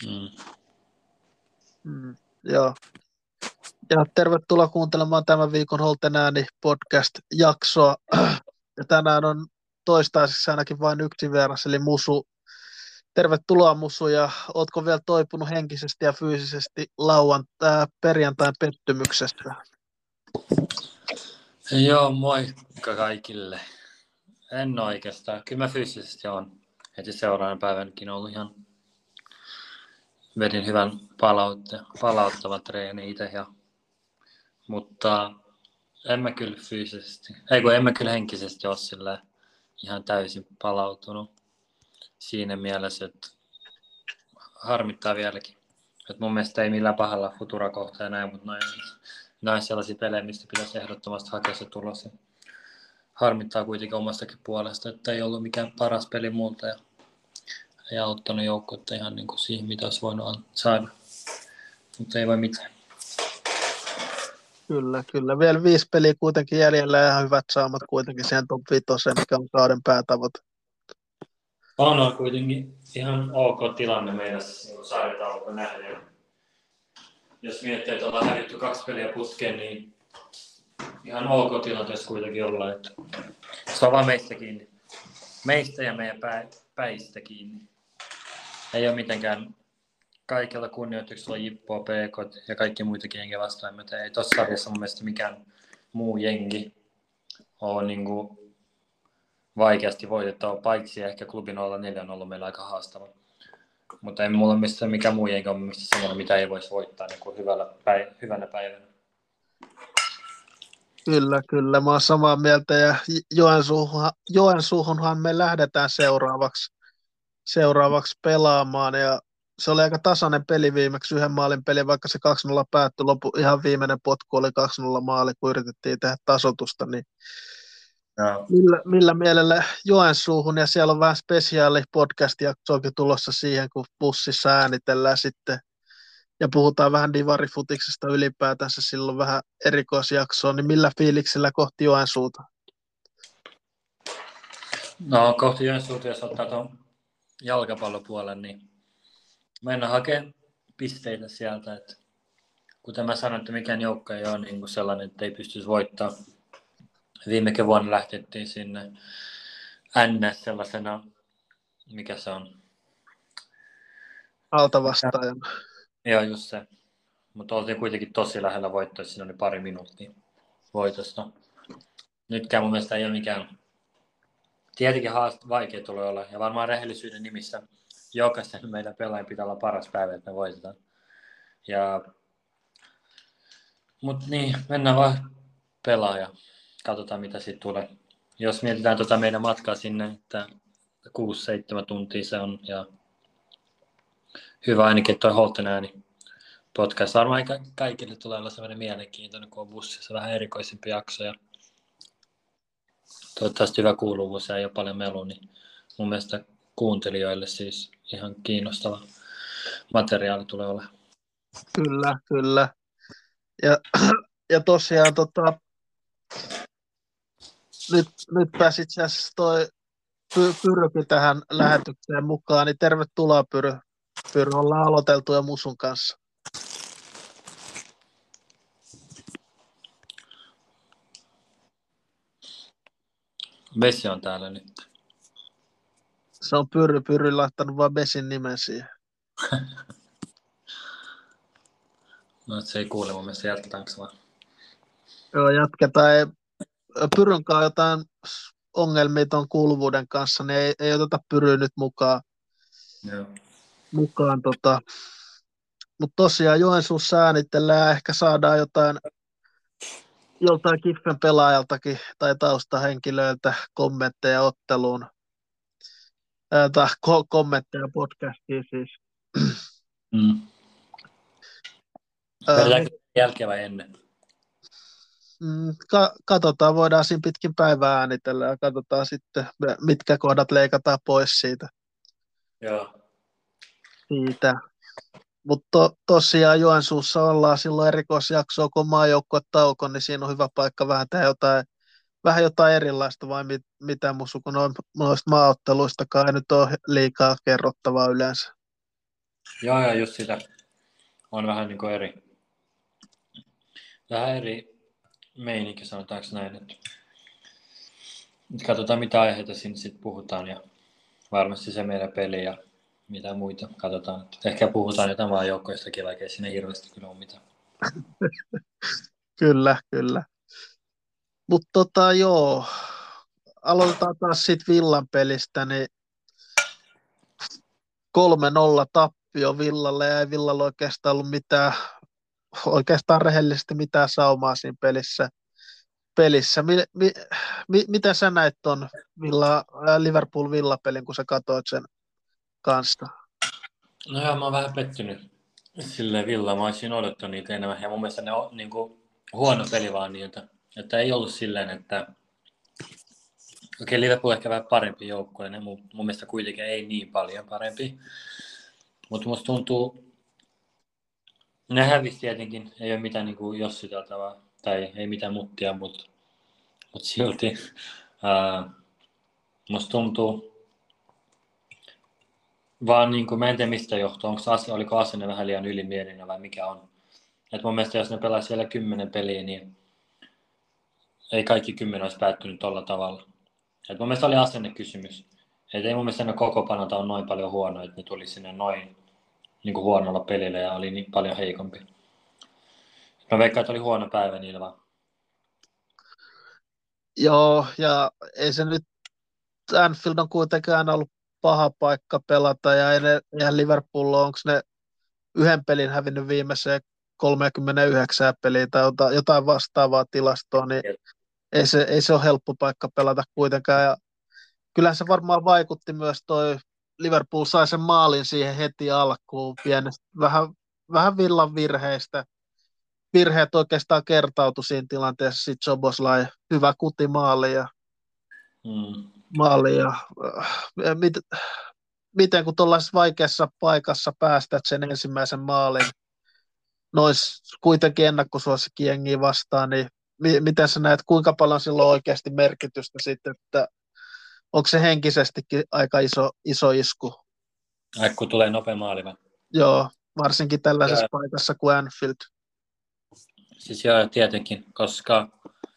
Mm, joo. Ja tervetuloa kuuntelemaan tämän viikon Holten ääni podcast-jaksoa. Ja tänään on toistaiseksi ainakin vain yksi vieras, eli Musu. Tervetuloa Musu, ja ootko vielä toipunut henkisesti ja fyysisesti perjantain pettymyksestä? Joo, moikka kaikille. En oikeastaan. Kyllä mä fyysisesti on heti seuraavan päivänkin ollut ihan... Vedin hyvän palauttavan treeni itse. Mutta en mä kyllä fyysisesti, en mä kyllä henkisesti ole sillä ihan täysin palautunut siinä mielessä, että harmittaa vieläkin. Että mun mielestä ei millään pahalla Futura kohtaa ja näin, mutta noin sellaisia pelejä, mistä pitäisi ehdottomasti hakea se tulos. Harmittaa kuitenkin omastakin puolesta, että ei ollut mikään paras peli multa ja ei auttanut joukkuetta ihan niin kuin siihen, mitä olisi voinut saada. Mutta ei voi mitään. Kyllä. Vielä 5 peliä kuitenkin jäljellä ja ihan hyvät saamat kuitenkin siihen top 5, mikä on kauden päätavoite. On kuitenkin ihan ok tilanne meidän sarjataulukon nähden. Jos miettii, että ollaan hävitty 2 peliä putkeen, niin ihan ok tilanteessa kuitenkin ollaan. Että se on vaan meistä kiinni. Meistä ja meidän päistä kiinni. Ei ole mitenkään kaikilla kunnioituksella Jippoa, PK ja kaikki muitakin jengiä vastaan. Mutta ei tuossa sarjassa mun mielestä mikään muu jengi ole niin kuin vaikeasti voitettava, paitsi ehkä klubin 0-4 on ollut meillä aika haastava. Mutta ei mulla missään mikään muu jengi ole semmoinen, mitä ei voisi voittaa niin kuin hyvänä päivänä. Kyllä, mä oon samaa mieltä, ja Joensuuhunhan me lähdetään seuraavaksi pelaamaan, ja se oli aika tasainen peli viimeksi, 1 maalin peli, vaikka se 2-0 päättyi, ihan viimeinen potku oli 2-0 maali, kun yritettiin tehdä tasoitusta, niin No. Millä mielellä Joensuuhun, ja siellä on vähän spesiaali podcast-jaksoakin tulossa siihen, kun bussissa äänitellään sitten, ja puhutaan vähän divarifutiksesta ylipäätänsä, silloin vähän erikoisjaksoa, niin millä fiiliksellä kohti Joensuuta? No kohti Joensuuta, jos ottaa tuon jalkapallopuolen, niin mennään hakemaan pisteitä sieltä, että kuten mä sanoin, että mikään joukko ei ole niin kuin sellainen, että ei pystyisi voittamaan. Viime vuonna lähtettiin sinne NS sellaisena, mikä se on? Altavastaajana. Joo, just se. Mutta oltiin kuitenkin tosi lähellä voittoa, siinä oli pari minuuttia voitosta. Nytkään mun mielestä ei ole mikään... Tietenkin vaikea tulee olla, ja varmaan rehellisyyden nimissä jokaisen meidän pelaajan pitää olla paras päivä, että me voitetaan. Mutta niin, mennään vaan pelaa ja katsotaan mitä siitä tulee. Jos mietitään meidän matkaa sinne, että 6-7 tuntia se on, ja hyvä ainakin tuo Holten ääni podcast. Varmaan kaikille tulee olla sellainen mielenkiintoinen, kun on bussissa vähän erikoisempi jakso, ja toivottavasti hyvä kuuluvuus ja ei ole paljon melua, niin mun mielestä kuuntelijoille siis ihan kiinnostava materiaali tulee olemaan. Kyllä. Ja tosiaan nyt pääsi itse asiassa toi Pyrykin tähän lähetykseen mukaan, niin tervetuloa Pyry. Pyry, ollaan aloiteltu jo Musun kanssa. Vessi on täällä nyt. Se on Pyry laittanut vaan Besin nimen siihen. No se ei kuule, mun mielestä jatketaanko vaan? Joo, jatketaan. Pyryn kanssa jotain ongelmia tuon kuuluvuuden kanssa, niin ei oteta Pyryä nyt mukaan. Joo. Mutta tosiaan Joensuussa äänitellään, ehkä saadaan joltain Kiffen pelaajaltakin tai taustahenkilöiltä kommentteja otteluun. Tai kommentteja podcastiin siis. Vedetäänkö jälkeen vai ennen? Katsotaan, voidaan siinä pitkin päivää äänitellä ja katsotaan sitten, mitkä kohdat leikataan pois siitä. Joo. Mutta tosiaan Joensuussa ollaan silloin erikoisjaksoa, kun maajoukkue tauko, niin siinä on hyvä paikka vähän tehdä jotain erilaista, vai mitä Musu, kun noista maaotteluistakaan ei nyt ole liikaa kerrottavaa yleensä. Joo, just sitä. On vähän niinku eri meininki, sanotaanko näin. Että nyt katsotaan, mitä aiheita siinä sitten puhutaan ja varmasti se meidän peli ja mitä muita katsotaan. Että ehkä puhutaan jotain vaan joukkoistakin, vaikka ei siinä hirveästi kyllä ole mitään. Kyllä. Mutta joo, aloitetaan taas siitä Villan pelistä, niin 3-0 tappio Villalle, ja ei Villalla oikeastaan ollut oikeastaan rehellisesti mitään saumaa siinä pelissä. Mitä sä näit ton Liverpool-Villa-pelin, kun sä katsoit sen kanssa? No joo, mä oon vähän pettynyt silleen Villa. Mä olisin odottanut niitä enemmän. Ja mun mielestä ne on niinku huono peli vaan niiltä. Että ei ollut silleen, että okei, Liverpool ehkä vähän parempi joukkue. Ne mun mielestä kuitenkin ei niin paljon parempi. Mutta musta tuntuu, ne hävisi tietenkin. Ei ole mitään niinku jossiteltavaa. Tai ei mitään muttia, mutta silti. Musta tuntuu, vaan niin kuin, mä en tiedä mistä johtuu, oliko asenne vähän liian ylimielinen vai mikä on. Et mun mielestä jos ne pelaisi vielä 10 peliä, niin ei kaikki 10 olisi päättynyt tolla tavalla. Et mun mielestä oli asennekysymys. Et ei mun mielestä ne kokopanota on noin paljon huono, että ne tuli sinne noin niin kuin huonolla pelillä ja oli niin paljon heikompi. Mä veikkaan, että oli huono päivä niillä vaan. Joo, ja ei se nyt, Anfield on kuitenkin aina ollut paha paikka pelata, ja eihän Liverpool, onko ne yhden pelin hävinnyt viimeiseen 39 peliä tai jotain vastaavaa tilastoa, niin ei se ole helppo paikka pelata kuitenkaan. Ja kyllähän se varmaan vaikutti myös toi Liverpool sai sen maalin siihen heti alkuun pienestä, vähän Villan virheistä. Virheet oikeastaan kertautui siinä tilanteessa, sitten Soboslai hyvä kutimaali ja maali ja miten kun tuollaisessa vaikeassa paikassa päästät sen ensimmäisen maalin nois kuitenkin ennakkosuosikki jengiä vastaan, niin miten sä näet, kuinka paljon sillä on oikeasti merkitystä sitten, että onko se henkisestikin aika iso isku? Ai kun tulee nopea maali vai? Joo, varsinkin tällaisessa paikassa kuin Anfield. Siis joo, tietenkin, koska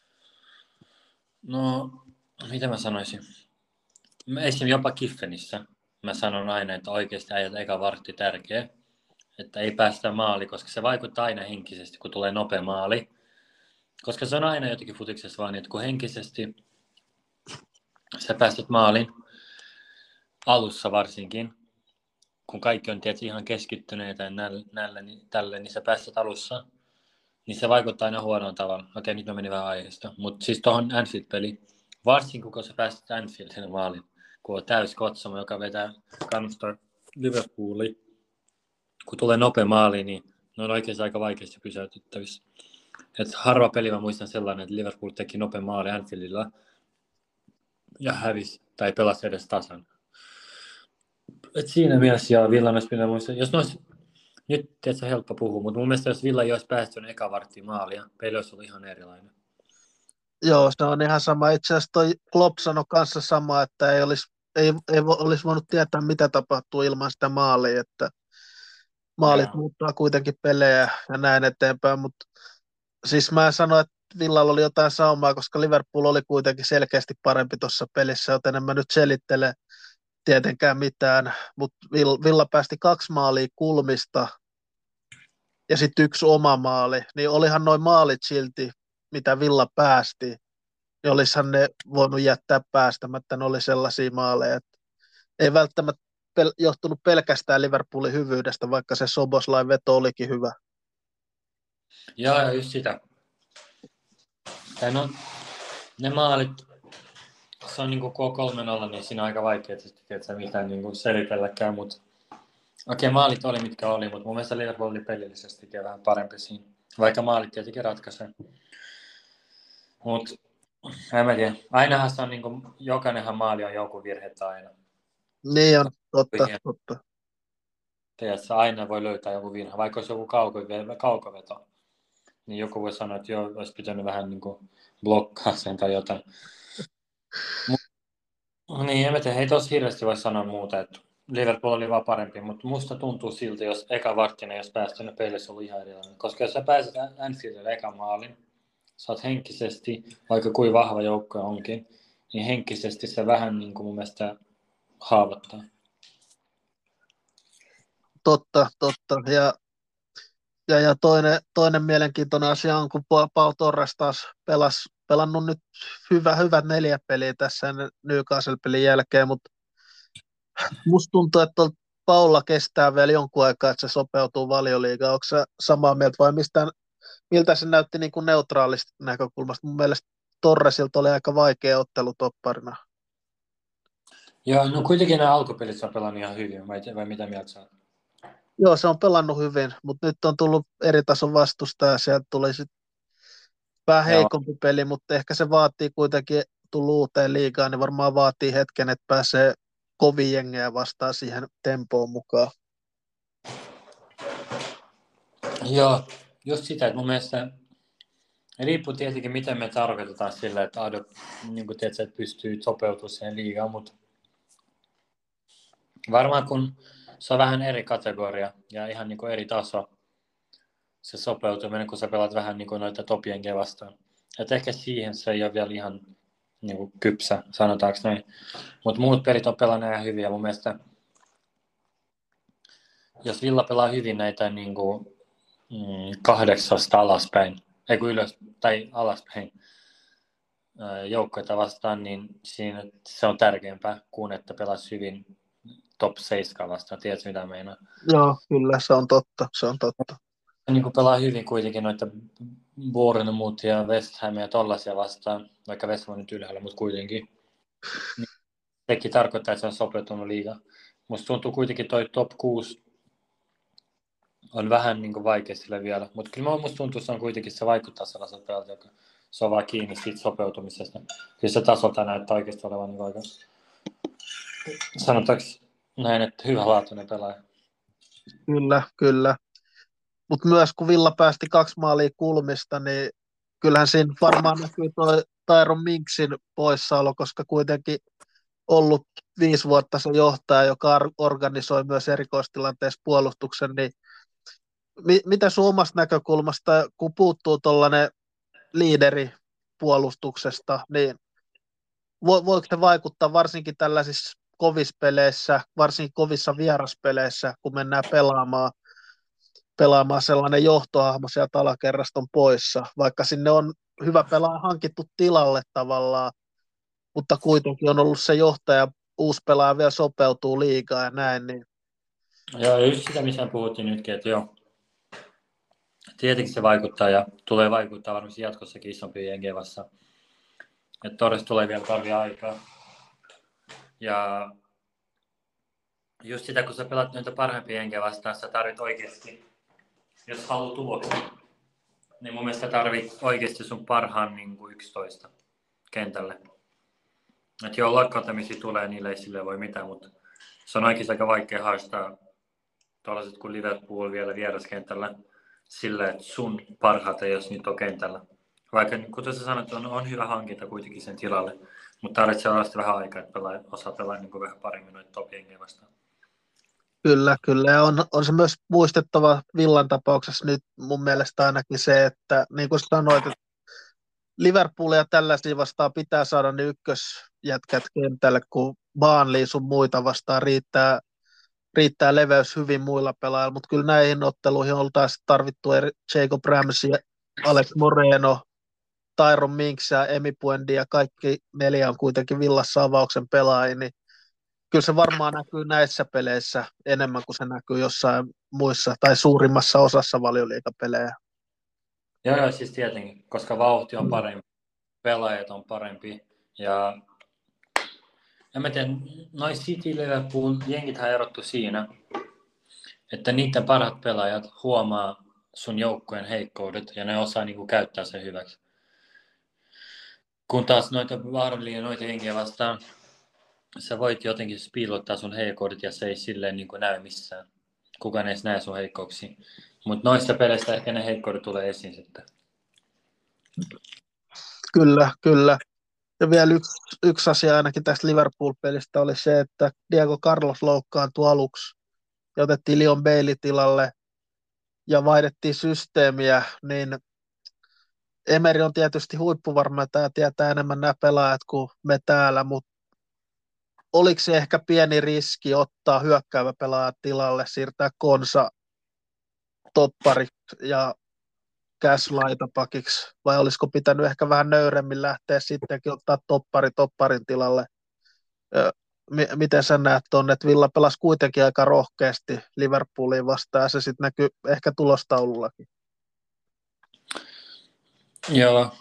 no, mitä mä sanoisin? Esimerkiksi jopa Kiffenissä mä sanon aina, että oikeasti äijät eka vartti tärkeä, että ei päästä maali, koska se vaikuttaa aina henkisesti, kun tulee nopea maali. Koska se on aina jotenkin futiksessa vaan, että kun henkisesti sä päästät maalin, alussa varsinkin, kun kaikki on tietysti ihan keskittyneitä ja tälle, niin sä päästät alussa, niin se vaikuttaa aina huonoon tavalla. Okei, nyt mä menin vähän aiheesta. Mutta siis tuohon Anfield-peliin, varsinkin kun sä päästät Anfieldin maalin, kun on täys kotsamo, joka vetää kannustaa Liverpooliin, kun tulee nopea maali, niin ne on oikeasti aika vaikeasti pysäytettävissä. Et harva peli mä muistan sellainen, että Liverpool teki nopea maali Anfieldilla ja hävisi tai pelasi edes tasan. Et siinä mielessä ja Villan olisi pitää muistaa, jos nyt tietysti helppo puhua, mutta mun mielestä jos Villa ei olisi päästy eka varttiin maalia, peli olisi ollut ihan erilainen. Joo, se on ihan sama. Itse asiassa toi Klopp sanoi kanssa sama, että ei olisi voinut tietää, mitä tapahtuu ilman sitä maalia, että maalit muuttaa kuitenkin pelejä ja näin eteenpäin, mutta siis mä sanoin, että Villalla oli jotain saumaa, koska Liverpool oli kuitenkin selkeästi parempi tuossa pelissä, joten en mä nyt selittele tietenkään mitään, mutta Villa päästi 2 maalia kulmista ja sitten 1 oma maali, niin olihan noin maalit silti, mitä Villa päästi, niin olisihan ne voinut jättää päästämättä, ne oli sellaisia maaleja, että ei välttämättä johtunut pelkästään Liverpoolin hyvyydestä, vaikka se Soboslain veto olikin hyvä. Joo, just sitä. No, ne maalit, se on niinku K3-0, niin siinä on aika vaikea tietysti mitään niinku selitelläkään, mutta okei, maalit oli mitkä oli, mutta mun mielestä Liverpool oli pelillisesti vähän parempi siinä, vaikka maalit tietenkin ratkaisee. Mutta en mä tiedä, ainahan se on niinku, jokainenhan maali on joku virhettä aina. Niin on, totta. Tiedätkö, aina voi löytää joku virhe, vaikka olisi joku kaukoveto. Niin joku voi sanoa, että joo, olisi pitänyt vähän niin kuin blokkaa sen tai jotain. Niin, en tiedä, ei tosi hirveästi voi sanoa muuta. Että Liverpool oli vaan parempi, mutta musta tuntuu siltä, jos eka varttina, jos päästään pelissä ollut ihan erilainen. Koska jos sä pääset Anfieldille eka maalin, sä oot henkisesti, vaikka kuin vahva joukko onkin, niin henkisesti se vähän niin kuin mun mielestä haavoittaa. Totta. Ja toinen mielenkiintoinen asia on, kun Pau Torres taas pelannut nyt hyvät 4 peliä tässä Newcastle-pelin jälkeen, mutta musta tuntuu, että Paulla kestää vielä jonkun aikaa, että se sopeutuu Valioliigaan. Onko se samaa mieltä vai miltä se näytti niin kuin neutraalista näkökulmasta? Mun mielestä Torresilta oli aika vaikea ottelu topparina. Joo, no kuitenkin nämä alkupelit on pelannut ihan hyvin, vai mitä mieltä sä oot? Joo, se on pelannut hyvin, mutta nyt on tullut eri tason vastustaja ja sieltä tuli sitten vähän heikompi peli, mutta ehkä se vaatii kuitenkin tullut uuteen liigaan, niin varmaan vaatii hetken, että pääsee kovin jengejä vastaan siihen tempoon mukaan. Joo, just sitä, että mun mielestä riippuu tietenkin, miten me tarkoitetaan sillä, että niin kuin tiedät, että pystyy sopeutumaan siihen liigaan, mutta varmaan kun se on vähän eri kategoria ja ihan niin kuin eri taso se sopeutuminen, kun sä pelaat vähän niin kuin noita topienkin vastaan. Että ehkä siihen se ei ole vielä ihan niin kuin kypsä, sanotaanko näin. Mutta muut pelit on pelannut ihan hyvin ja mun mielestä jos Villa pelaa hyvin näitä niin kuin, 8 alaspäin, ei kun ylös tai alaspäin joukkoita vastaan, niin siinä se on tärkeämpää kuin että pelasi hyvin top 7 vastaan. Tiedätkö mitä meinaa? Joo, kyllä, se on totta. Niin kuin pelaa hyvin kuitenkin noita Bournemouth ja West Hamia tollaisia vastaan, vaikka West Ham on nyt ylhäällä, mutta kuitenkin. Niin sekin tarkoittaa, että se on sopeutunut liigaa. Musta tuntuu kuitenkin toi top 6 on vähän niin kuin vaikea sille vielä, mutta kyllä musta tuntuu, että se on kuitenkin se vaikuttaa sellaiselta pelalta, joka se on vaan kiinni siitä sopeutumisesta. Kyllä se tasolta näyttää oikeasti olevan niin aika, sanotaanko näin, että hyvälaatuinen pelaaja. Kyllä. Mutta myös kun Villa päästi 2 maalia kulmista, niin kyllähän siinä varmaan näkyy tuo Tyrone Minksin poissaolo, koska kuitenkin ollut 5 vuotta se johtaja, joka organisoi myös erikoistilanteessa puolustuksen, niin mitä sun omasta näkökulmasta, kun puuttuu tuollainen liideri puolustuksesta, niin voiko se vaikuttaa varsinkin tällaisissa kovissa peleissä, varsinkin kovissa vieraspeleissä, kun mennään pelaamaan sellainen johtohahmo sieltä alakerrasta on poissa, vaikka sinne on hyvä pelaaja hankittu tilalle tavallaan, mutta kuitenkin on ollut se johtaja, uusi pelaaja vielä sopeutuu liigaan ja näin. Niin. Joo, just sitä, missä puhuttiin nytkin, että joo, tietenkin se vaikuttaa ja tulee vaikuttaa varmasti jatkossakin isompia jengejä vasta. Että Torres tulee vielä tarvii aikaa. Ja just sitä, kun sä pelaat noita parhaimpia jengejä vastaan, sä tarvit oikeasti, jos haluat tuloksia, niin mun mielestä tarvit oikeasti sun parhaan niin kuin 11 kentälle. Että joo, lakkauttamisia tulee, niille ei sille voi mitään, mutta se on oikeasti aika vaikea haastaa tuollaiset kuin Liverpool vielä vieraskentällä sillä, että sun parhaat ei jos niitä on kentällä. Vaikka kuten sä sanoit, on hyvä hankinta kuitenkin sen tilalle, mutta tarvitsee olla vähän aikaa, että osaa pelaa niin kuin vähän paremmin noita top-jengejä vastaan. Kyllä. Ja on se myös muistettava Villan tapauksessa nyt mun mielestä ainakin se, että niin kuin sanoit, että Liverpoolia tällaisia vastaan pitää saada ne ykkösjätkät kentälle, kun Burnley sun muita vastaan riittää leveys hyvin muilla pelaajilla, mutta kyllä näihin otteluihin oltaisiin tarvittu Jacob Ramsey, Alex Moreno, Tyrone Mings ja Emi Buendia ja kaikki 4 on kuitenkin Villassa avauksen pelaajia, niin kyllä se varmaan näkyy näissä peleissä enemmän kuin se näkyy jossain muissa tai suurimmassa osassa Valioliigapelejä. Joo, siis tietenkin, koska vauhti on parempi, pelaajat on parempi ja en mä tiedä, noin City, Liverpool, jengithän erottu siinä, että niiden parhaat pelaajat huomaa sun joukkueen heikkoudet ja ne osaa niinku käyttää sen hyväksi. Kun taas noita vaarallisia ja noita jengiä vastaan, sä voit jotenkin piilottaa sun heikkoudet ja se ei silleen niin kuin näy missään. Kukaan ei edes näe sun heikkouksia. Mutta noista peleistä ehkä ne heikkoudet tulee esiin sitten. Kyllä. Ja vielä yksi asia ainakin tästä Liverpool-pelistä oli se, että Diego Carlos loukkaantui aluksi ja otettiin Leon Bailey tilalle ja vaihdettiin systeemiä, niin Emery on tietysti huippuvarma ja tietää enemmän nämä pelaajat kuin me täällä, mutta oliko se ehkä pieni riski ottaa hyökkäävä pelaaja tilalle, siirtää Konsa topparit ja Cash laitapakiksi, vai olisiko pitänyt ehkä vähän nöyremmin lähteä sittenkin ottaa topparin tilalle? Miten sä näet tuonne, että Villa pelasi kuitenkin aika rohkeasti Liverpooliin vastaan, ja se sitten näkyy ehkä tulostaulullakin. Joo.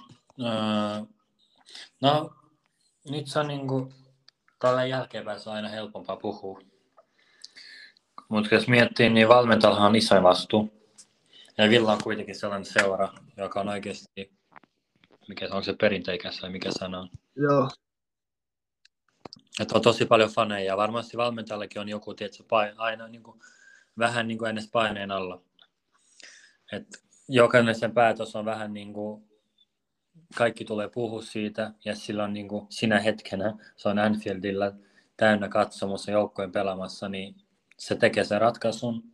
No, nyt se on niinku, tällä jälkeenpäin se on aina helpompaa puhua. Mutta jos miettii, niin valmentajallahan on iso vastuu. Ja Villa on kuitenkin sellainen seura, joka on oikeasti, onko se perinteikäs vai mikä sana on. Joo. Että on tosi paljon faneja ja varmasti valmentajallakin on joku tietysti aina niinku, vähän niinku edes paineen alla. Et jokainen sen päätös on vähän niin kuin, kaikki tulee puhua siitä ja silloin niin kuin sinä hetkenä, se on Anfieldillä täynnä katsomus ja joukkojen pelaamassa, niin se tekee sen ratkaisun.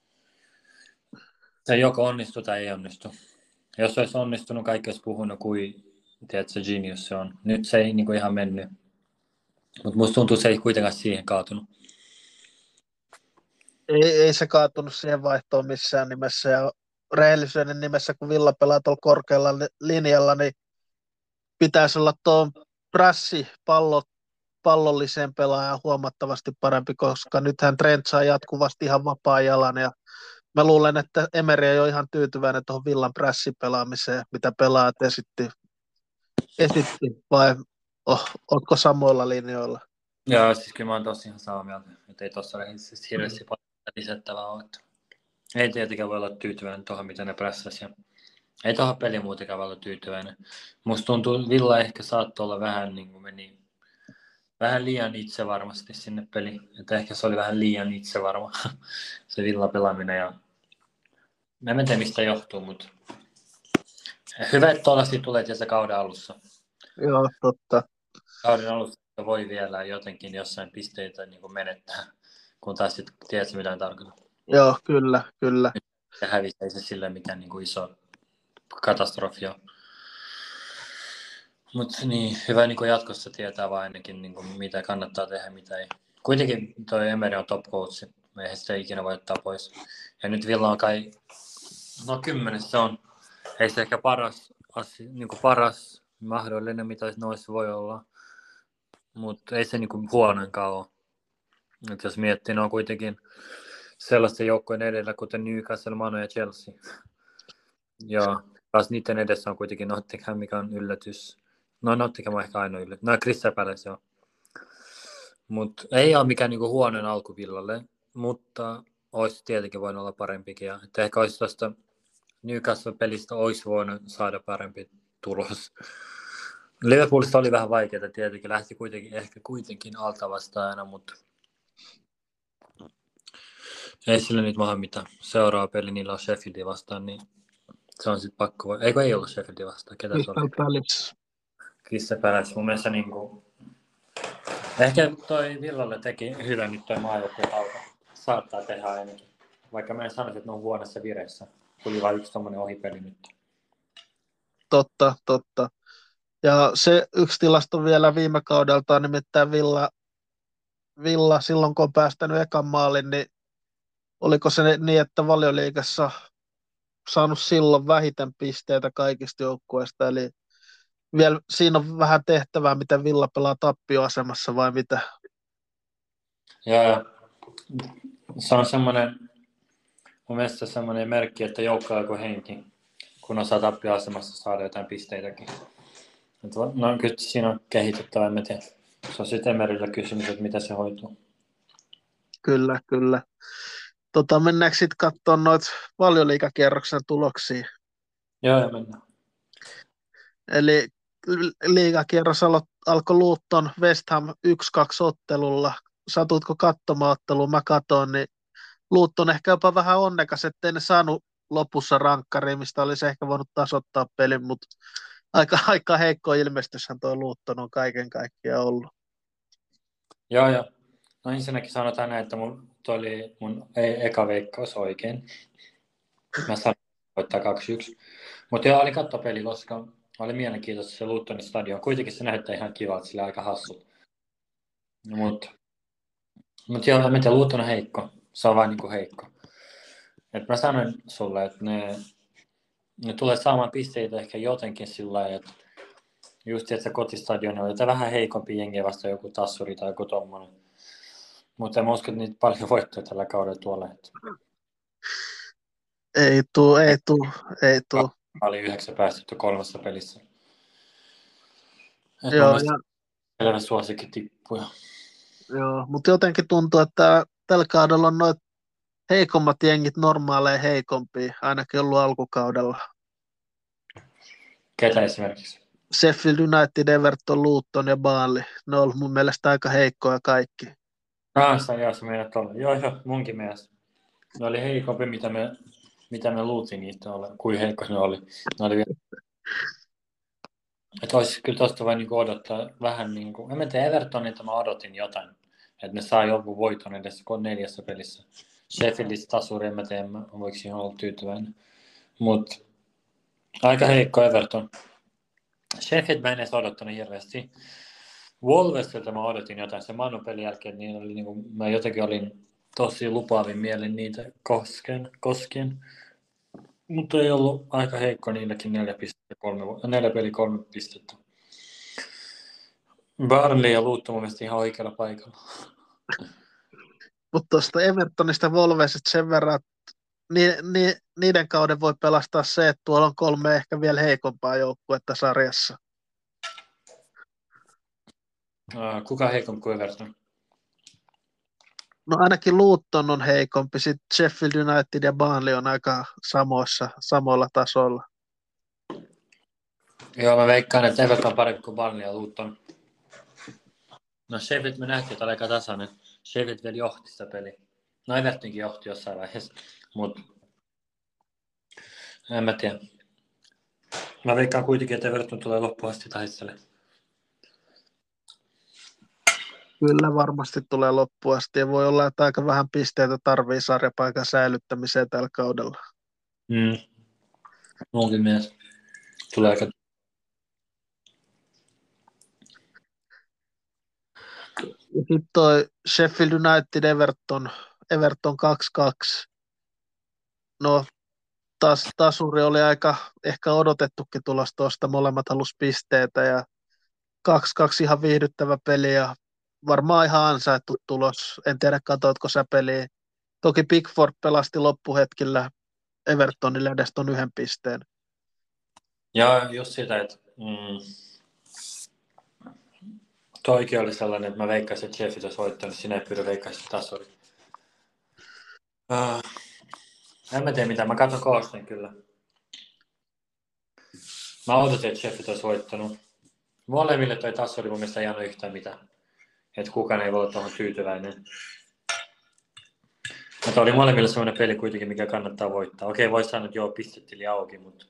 Se joko onnistuu tai ei onnistu. Jos olisi onnistunut, kaikki olisi puhunut kuin, tiedätkö, genius se on. Nyt se ei niin kuin ihan mennyt. Mutta musta tuntuu, se ei kuitenkaan siihen kaatunut. Ei se kaatunut siihen vaihtoon missään nimessä, ja rehellisyyden nimessä, kun Villa pelaa tuolla korkealla linjalla, niin pitäisi olla tuon pallollisen pelaajan huomattavasti parempi, koska nythän Trent saa jatkuvasti ihan vapaa jalan, ja mä luulen, että Emery ei ole ihan tyytyväinen tuohon Villan prässipelaamiseen, mitä pelaajat esitti vai ootko samoilla linjoilla? Joo, siis kyllä mä oon tosi ihan samaa mieltä, että ei tuossa ole siis hirveästi paljon lisättävää ole. Ei tietenkään voi olla tyytyväinen tuohon, mitä ne prässäsi. Ei tuohon peliin muutenkaan voi olla tyytyväinen. Musta tuntuu, Villa ehkä saattoi olla vähän niin kuin meni vähän liian itsevarmasti sinne peliin. Että ehkä se oli vähän liian itsevarma se Villa pelaaminen. Ja mä en tiedä mistä johtuu, mutta hyvä, että tuollaisia tulee tietysti kauden alussa. Joo, totta. Kauden alussa voi vielä jotenkin jossain pisteitä niin kuin menettää, kun taas sitten tiedätkö mitä tarkoittaa. Joo, kyllä. Ja hävisi ei se silleen mikään niin kuin iso katastrofi ole. Mutta niin, hyvä niin jatkossa tietää vaan ainakin, niin kuin, mitä kannattaa tehdä, mitä ei. Kuitenkin toi Emery on top coach, eihän sitä ikinä voi ottaa pois. Ja nyt Villa on kai, 10 se on, ei se ehkä paras mahdollinen, mitä noissa voi olla. Mutta ei se niin kuin huonoinkaan ole. Et jos miettii, ne on kuitenkin sellaisten joukkojen edellä, kuten Newcastle, Manu ja Chelsea. Ja taas niiden edessä on kuitenkin Nottingham, mikä on yllätys. No Nottingham on ehkä ainoa yllätys. No Crystal Palace joo. Mutta ei ole mikään niinku huonon alku Villalle, mutta olisi tietenkin voinut olla parempikin. Ja, että ehkä olisi tuosta Newcastle-pelistä olisi voinut saada parempi tulos. Liverpoolista oli vähän vaikeaa tietenkin. Lähti kuitenkin alta vastaajana, mutta ei sillä nyt maha mitään. Seuraava peli niillä on Sheffieldin vastaan, niin se on sitten pakko. Eikö ei ollut Sheffieldin vastaan? Ketä se oli? Crystal Palace. Mun mielestä niinku ehkä toi Villalle teki hyvän nyt toi maajoukkuetauko. Saattaa tehdä ainakin. Vaikka mä en sanoisi, että ne on huonossa vireessä. Tuli vain yksi tommonen ohipeli nyt. Totta. Ja se yksi tilasto vielä viime kaudelta on nimittäin Villa silloin, kun on päästänyt ekan maalin, niin oliko se niin, että Valioliigassa saanut silloin vähiten pisteitä kaikista joukkueista, eli vielä siinä on vähän tehtävää, miten Villa pelaa tappioasemassa vai mitä? Ja se on semmoinen, mun mielestä semmoinen merkki, että joukko on henki, kun osaa tappioasemassa saada jotain pisteitäkin. No kyllä siinä on kehitettävä, en tiedä. Se on sitten Emeryllä kysymys, että mitä se hoituu. Kyllä. Mennäänkö sitten katsomaan noita Valioliigakierroksen tuloksia? Joo, mennään. Eli liigakierros alkoi Luton West Ham 1-2 ottelulla. Satuitko katsomaan ottelua? Mä katoin, niin Luton ehkä jopa vähän onnekas, ettei ne saanut lopussa rankkariin, mistä olisi ehkä voinut tasoittaa pelin, mutta Aika heikko ilmestyshän tuo Luton on kaiken kaikkiaan ollut. Joo, joo. No ensinnäkin sanotaan näin, että toi oli mun eka veikkaus oikein. Mä sanoin, että voittaa 2-1. Mutta joo, oli kattopeli, koska oli mielenkiintoista se Lutonin stadion. Kuitenkin se näyttää ihan kivalta, sillä aika hassu. Mutta joo, mä tiedän, Luton on heikko. Se on vain niinku heikko. Et mä sanoin sulle, että ne tulee saamaan pisteitä ehkä jotenkin sillä lailla, että just että se kotistadion on vähän heikompi jengiä vasta joku tassuri tai joku tommonen. Mutta en mä usko, että niitä paljon voittoja tällä kaudella tuolla. Ei tuu. Oli 9 päästetty 3 pelissä. Et Joo, mun selvä suosikki tippuja. joo, mutta jotenkin tuntuu, että tällä kaudella on noit heikommat jengit normaaleja heikompia, ainakin ollut alkukaudella. Ketä esimerkiksi? Sheffield United, Everton, Luton ja Burnley, ne on ollut mun mielestä aika heikkoja kaikki. Se meidät olla. Joo, munkin mielestä. Ne oli heikompi, mitä me luultiin niitä olla, kuin heikko ne oli. Ne oli vielä... Että olisi kyllä tosta vain niinku odottaa vähän niinku... En tiedä, Evertonilta mä odotin jotain. Että ne saa jonkun voiton edes 4 pelissä. Sheffieldistä tasuri, en mä tiedä, voiko siihen olla tyytyväinen. Mutta aika heikko Everton. Sheffield mä en edes odottanut hirveästi. Wolvesilta mä odotin jotain. Se Manu-pelin jälkeen niin oli niinku, mä jotenkin olin tosi lupaavin mielin niitä koskien. Mutta ei ollut aika heikko niilläkin 4 peli 3 pistettä. Burnley ja Luton mun mielestä ihan oikealla paikalla. Mutta tuosta Evertonista Wolvesit sen verran, niiden kauden voi pelastaa se, että tuolla on 3 ehkä vielä heikompaa joukkuetta sarjassa. Kuka heikompi kuin Everton? No ainakin Luton on heikompi, sitten Sheffield United ja Burnley on aika samoilla tasoilla. Joo, mä veikkaan, että Everton on parempi kuin Burnley ja Luton. No Sheffield me nähtiin, että oli aika tasainen. Sheffield vielä johti sitä peliä. No Evertonkin johti jossain vaiheessa, mutta en mä tiedä. Mä veikkaan kuitenkin, että Everton tulee loppuun asti taistelemaan. Kyllä varmasti tulee loppuun asti ja voi olla, että aika vähän pisteitä tarvii sarjapaikan säilyttämiseen tällä kaudella. Munkin mielestä tulee aika... Ja sitten toi Sheffield United Everton 2-2. No tasuri oli aika ehkä odotettukin tulos tuosta, molemmat halus pisteitä ja 2-2 ihan viihdyttävä peli ja varmaan ihan ansaittu tulos. En tiedä, katoitko sä peliä. Toki Pickford pelasti loppuhetkillä Evertonille edes ton 1 pisteen. Ja just sitä, että toikin oli sellainen, että mä veikkasin, että Sheffield olisi voittanut, sinä ei pyydä veikkaisin tasuri. En mä tiedä mitä, mä katson koosteen kyllä. Mä odotin, että Sheffield olisi voittanut. Molemmille toi tasuri mun mielestä ei jäänyt yhtään mitään. Että kukaan ei voi olla tuohon tyytyväinen. Mutta oli molemmille sellainen peli kuitenkin, mikä kannattaa voittaa. Okei, voisi sanoa, että joo, pistetili auki, mutta...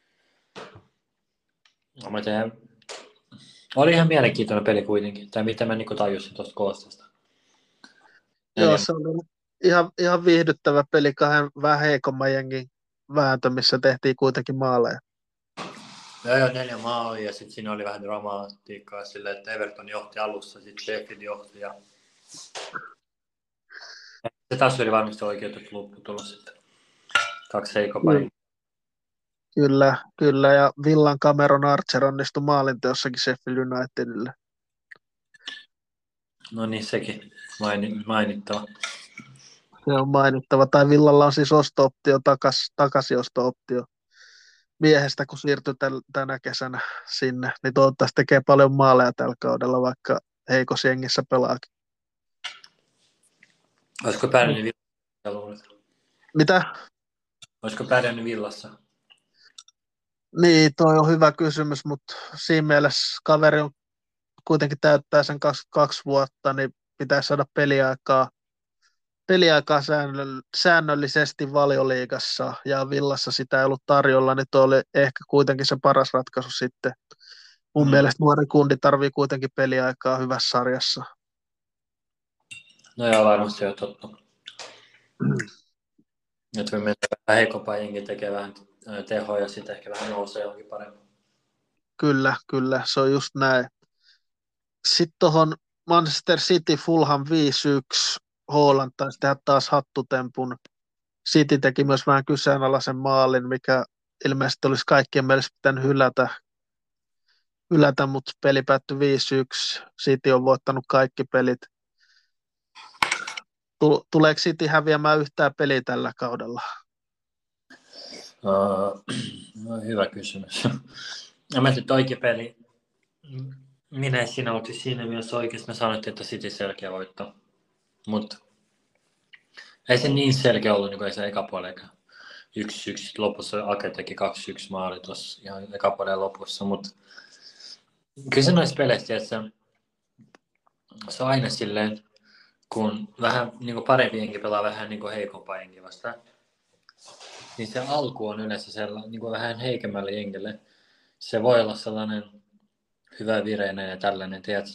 No, mä tiedän. Oli ihan mielenkiintoinen peli kuitenkin. Tai mitä mä niin tajusin tuosta koosteesta. Joo, se oli ihan viihdyttävä peli 2 vähän heikomman jengin vääntö, missä tehtiin kuitenkin maaleja. Joo, 4 maalia ja sitten siinä oli vähän dramatiikkaa silleen, että Everton johti alussa, sitten Sheffield johti ja... Se taas oli varmasti oikeutettu lopputulos sitten. 2 heikompaa. Kyllä, ja Villan Cameron Archer onnistui maalinteossakin Sheffield Unitedille. No niin, sekin mainittava. Se on mainittava. Tai Villalla on siis osto-optio, takaisin-osto-optio miehestä, kun siirtyi tänä kesänä sinne. Niin toivottavasti tekee paljon maaleja tällä kaudella, vaikka heikossa jengissä pelaakin. Olisiko pärjännyt Villassa? Mitä? Olisiko pärjännyt Villassa? Niin, toi on hyvä kysymys, mutta siinä mielessä kaveri on kuitenkin täyttää sen 2 vuotta, niin pitäisi saada peliaikaa säännöllisesti Valioliigassa ja Villassa sitä ei ollut tarjolla, niin tuo oli ehkä kuitenkin se paras ratkaisu sitten. Mun mielestä nuori kundi tarvii kuitenkin peliaikaa hyvässä sarjassa. No joo, varmasti on totta. Nyt kun mennään vähän heikompaa jengi tekee vähän tehoa ja sitten ehkä vähän nousee johonkin paremmin. Kyllä, se on just näin. Sitten tuohon Manchester City Fulham 5-1. Haaland taisi tehdä taas hattutempun. City teki myös vähän kyseenalaisen maalin, mikä ilmeisesti olisi kaikkien mielestä pitänyt hylätä, mutta peli päättyi 5-1. City on voittanut kaikki pelit. Tuleeko City häviämään yhtään peliä tällä kaudella? No, hyvä kysymys. Mä sitten toikin peli. Minä sinä oltiin siinä mielessä oikeasti. Me sanottiin, että City selkeä voitto. Mutta ei se niin selkeä ollut, niin kuin ei se eka puolella. 1-1. Lopussa Ake teki 2-1 maali tuossa ihan eka puolen lopussa. Mutta kyllä se noissa peleissä, että se on aina silleen, kun vähän niin kuin parempi jengi pelaa vähän niin kuin heikompaa jengi vastaan, niin se alku on yleensä sellainen niin kuin vähän heikemmälle jengille. Se voi olla sellainen hyvä vireinen ja tällainen, tiedätkö?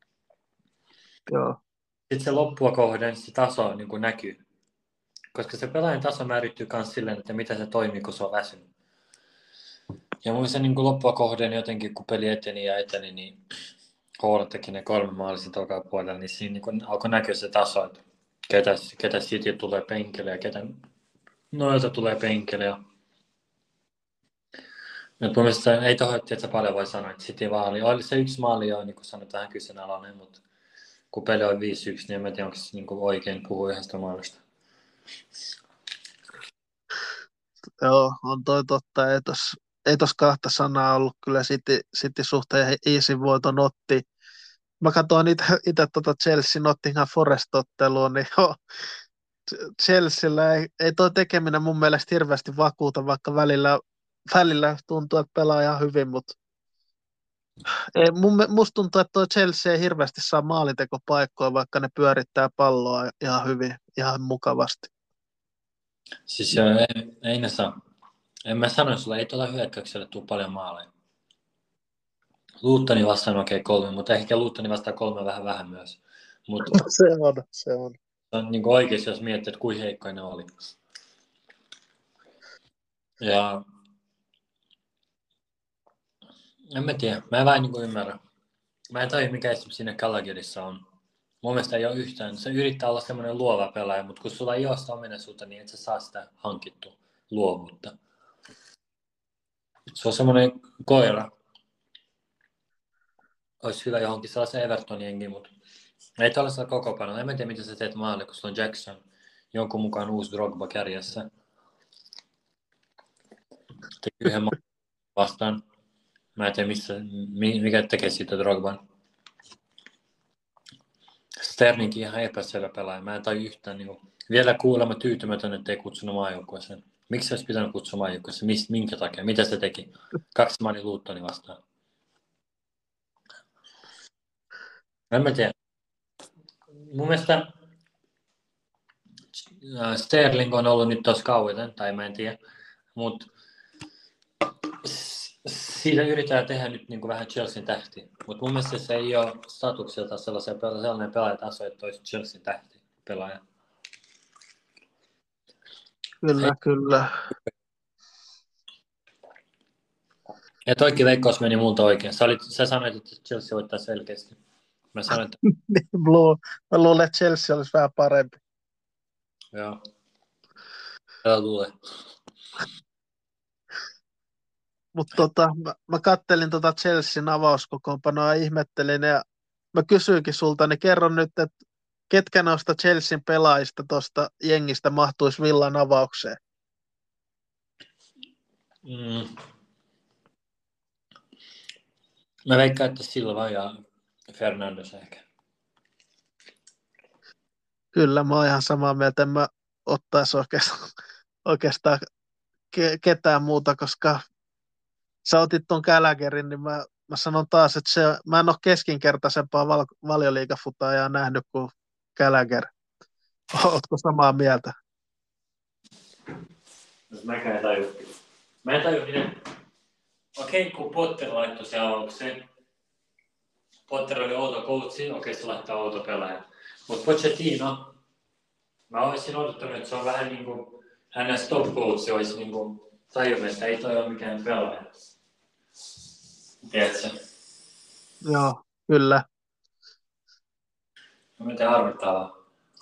Joo. Sitten se loppua kohden se taso niin kuin näkyy. Koska se pelaajan taso määrittyy myös silleen, että miten se toimii, kun se on väsynyt. Ja mun se niin kuin loppua kohden jotenkin, kun peli eteni, niin Haaland teki ne 3 maalia toka puolella, niin siinä niin kuin alkoi näkyä se taso, että ketä City tulee penkille ja ketä noilta tulee penkille. Ja mun mielestä ei tohon, että paljon voi sanoa, että City vaali. Oli se yksi maali jo, niin kuin sanoit, vähän kyseenalainen, mutta kun peli on 5-1, niin en tiedä, onko se niin kuin oikein puhua yhdestä maalista. Joo, on toi totta. Ei tos kahta sanaa ollut. Kyllä City suhteen easy voiton otti. Mä katsoin itse Chelsea Nottingham Forest-ottelua, niin Chelsealla ei toi tekeminen mun mielestä hirveästi vakuuta, vaikka välillä tuntuu, että pelaa ihan hyvin, mutta musta tuntuu, että toi Chelsea ei hirveästi saa maalintekopaikkoja, vaikka ne pyörittää palloa ihan hyvin, ihan mukavasti. Siis ei ne saa. En mä sano sulle, ei tuolla hyökkäyksellä tule paljon maaleja. Luuttoni vastaan okei 3, mutta ehkä Luuttoni vastaan 3 vähän myös. Se on. Se on niin oikeasti, jos miettii, että kuinka heikkoja ne oli. Ja en mä tiedä, mä en vähän niin ymmärrä. Mä en tajua, mikä esimerkiksi siinä Gallagherissa on. Mun mielestä ei ole yhtään. Se yrittää olla semmoinen luova pelaaja, mutta kun sulla ei ole sitä ominaisuutta, niin et sä saa sitä hankittua luovuutta. Se on semmoinen koira. Olisi hyvä johonkin sellaisen Evertonin jengiin, mutta ei tällaisella kokoonpanolla. En tiedä, miten sä teet maalle, kun sulla on Jackson, jonkun mukaan uusi Drogba kärjessä. Teki yhden vastaan. Mä en tiedä, mikä tekee siitä Drogban. Sterlingkin ihan epäselvä pelaaja. Mä en tajua yhtään. Niin kuin, vielä kuulemma tyytymätön, että ei kutsunut maajoukkueeseen. Miksi se olisi pitänyt kutsua maajoukkueeseen? Minkä takia? Mitä se teki? 2 maalia Luuttoni vastaan. En mä tiedä. Mun mielestä Sterling on ollut nyt tuossa kauan, tai mä en tiedä. Mutta siitä yritetään tehdä nyt niin kuin vähän Chelsean tähti. Mutta mun mielestä se ei ole statukselta sellainen pelaajataso, että olisi Chelsean tähti pelaaja. Kyllä. Ja toikin veikkaus meni multa oikein. Sä sanoit, että Chelsea voittaa selkeästi. Mä sanoin, että... Mä luulen, että Chelsea olisi vähän parempi. Joo. Älä luule. Mutta mä kattelin Chelsean avauskokoonpanoa ja ihmettelin ja mä kysyinkin sulta, niin kerro nyt, että ketkä noista Chelsean pelaajista tuosta jengistä mahtuisi Villan avaukseen? Mä veikkaan, että Silva ja Fernandes ehkä. Kyllä, mä oon ihan samaa mieltä. En mä ottaisi oikeastaan ketään muuta, koska sä otit ton Gallagherin, niin mä sanon taas, että mä en ole keskinkertaisempaa valioliigafutajaa nähnyt kuin Gallagher. Ootko samaa mieltä? Mäkään en taju. Mä en taju, miten... Okei, kun Potter laittoi se avaukseen. Potter oli outo coachi, okei se laittaa outo pelaaja. Mutta Pochettino, mä olisin odottanut, että se on vähän niin kuin hänen top coach olisi niin kuin tajunnut, että ei toi ole mikään pelaaja. Tiedätkö? Joo, kyllä. No miten harmittavaa.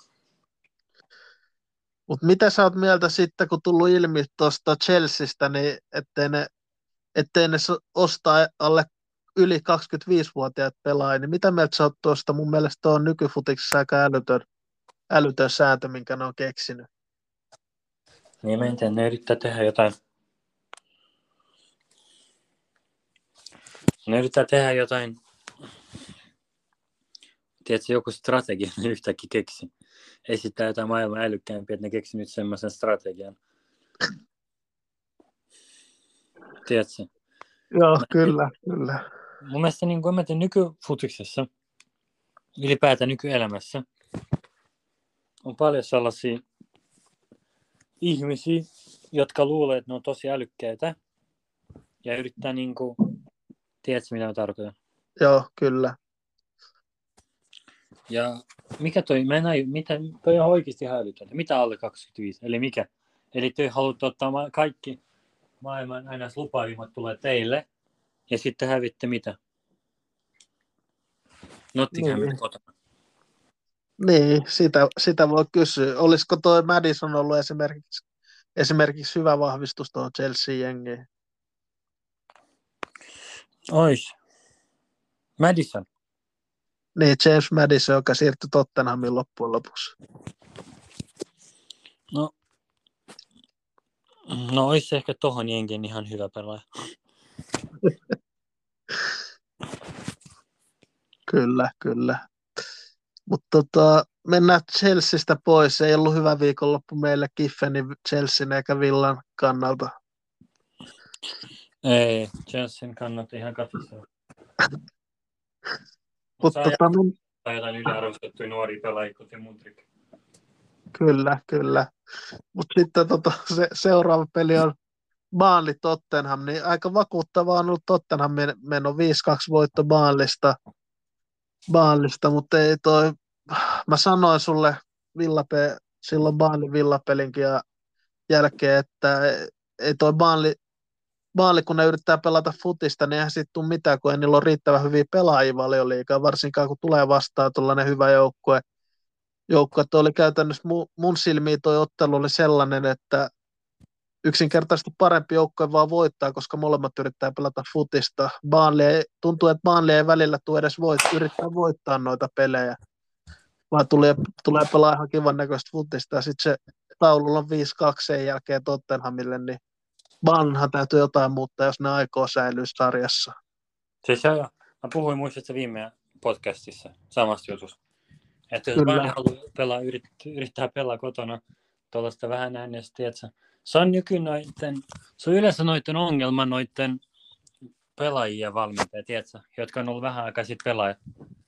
Mutta mitä sä oot mieltä sitten, kun tullut ilmi tuosta Chelseasta, niin ettei ne ostaa alle yli 25-vuotiaat pelaajia, niin mitä mieltä sä oot tuosta? Mun mielestä on nykyfutiksessa aika älytön sääntö, minkä ne on keksinyt. Niin mä en tiedä, ne yrittää tehdä jotain. Ne yrittää tehdä jotain. Tiedätkö, joku strategia ne yhtäkkiä keksi. Esittää jotain maailman älykkäämpiä, että ne keksi nyt semmoisen strategian. Tiedätkö? Joo, kyllä, kyllä. Mun mielestä niin kuin nykyfutiksessa, ylipäätään nykyelämässä, on paljon sellaisia ihmisiä, jotka luulee, että ne on tosi älykkäitä ja yrittää niin kuin, tiedätkö mitä mä tarkoitan? Joo, kyllä. Ja mikä toi, mä en näy, mitä, toi on oikeasti ihan älytöntä. Mitä alle 25? Eli mikä? Eli te haluatte ottaa kaikki maailman aina lupaavimmat tulee teille ja sitten hävitte mitä? Nottinghamin Niin, kotona. niin sitä voi kysyä. Olisiko tuo Madison ollut esimerkiksi hyvä vahvistus tuohon Chelsea-jengiin? Ois. Madison. Niin, James Madison, joka siirtyi Tottenhamin loppujen lopuksi. No ois ehkä tohon jenkin ihan hyvä pelaaja. Kyllä, kyllä. Mutta mennään Chelseasta pois. Ei ollut hyvä viikonloppu meille Kiffenin, Chelsean eikä Villan kannalta. Ei, Chelsean kannattaa ihan katsella. Mutta Tai jotain yliarvostettuja nuoria pelaajia, kuten Mudryk. kyllä, kyllä. Mutta sitten seuraava peli on Burnley Tottenham, niin aika vakuuttavaa on ollut Tottenhamin meno 5-2 voitto Burnleysta, mutta ei toi, mä sanoin sulle silloin Burnley Villapelinkin jälkeen, että ei toi Burnley, kun ne yrittää pelata futista, niin eihän siitä tule mitään, kun ei niillä ole riittävän hyviä pelaajia Valioliigaan, varsinkaan kun tulee vastaan tuollainen hyvä joukkue. Joukkue oli käytännössä mun silmiin toi ottelu oli sellainen, että yksinkertaisesti parempi joukkue vaan voittaa, koska molemmat yrittää pelata futista. Tuntuu, että Burnley ei välillä tule edes yrittää voittaa noita pelejä, vaan tulee pelaa ihan kivan näköistä futista, ja sitten se taululla on 5-2 sen jälkeen Tottenhamille, niin Burnleyhan täytyy jotain muuttaa, jos ne aikoo säilyä sarjassa. Siis mä puhuin muistaakseni viime podcastissa samasta jutusta. Että jos Burnley haluaa yrittää pelaa kotona tuollaista vähän äänestä, tiedätkö? Se on se on yleensä noiden ongelma noiden pelaajia valmentajia, tiedätkö? Jotka on ollut vähän aikaa sitten pelaajat.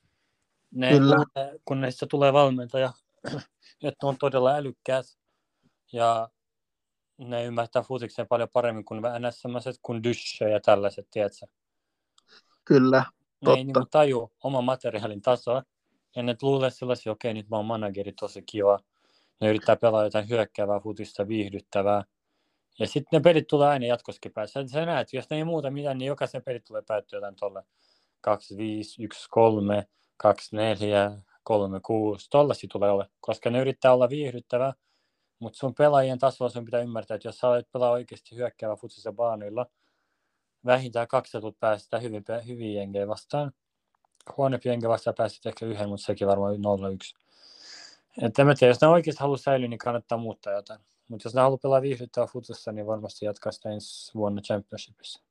Kun neistä tulee valmentaja, että on todella älykkäät ja ne ymmärtää futiksen paljon paremmin kuin vähän sellaiset kuin Dysche ja tällaiset, tiedätkö? Kyllä, ne ei niin taju oman materiaalin tasoa. Ja ne luulee sellaisia, okei, nyt mä oon manageri, tosi kiva. Ne yrittää pelaa jotain hyökkäävää futista, viihdyttävää. Ja sitten ne pelit tulee aina jatkossakin päässä. Sä näet, jos ne ei muuta mitään, niin jokaisen pelit tulee päättyä jotain tolle 2-5, 1-3, 2-4, 3-6. Tollaisia tulee olla, koska ne yrittää olla viihdyttävää. Mutta sun pelaajien tasolla sun pitää ymmärtää, että jos sä olet pelaa oikeasti hyökkäävää futissa baanilla, vähintään 2 päästä hyviä jengejä vastaan. Huonompi jengi vastaan pääsit ehkä yhden, mutta sekin varmaan 0-1. Että en mä tiedä, jos ne oikeasti haluaa säilyä, niin kannattaa muuttaa jotain. Mutta jos ne haluaa pelaa viihdyttää futussa, niin varmasti jatkaa sitä ensi vuonna Championshipissa.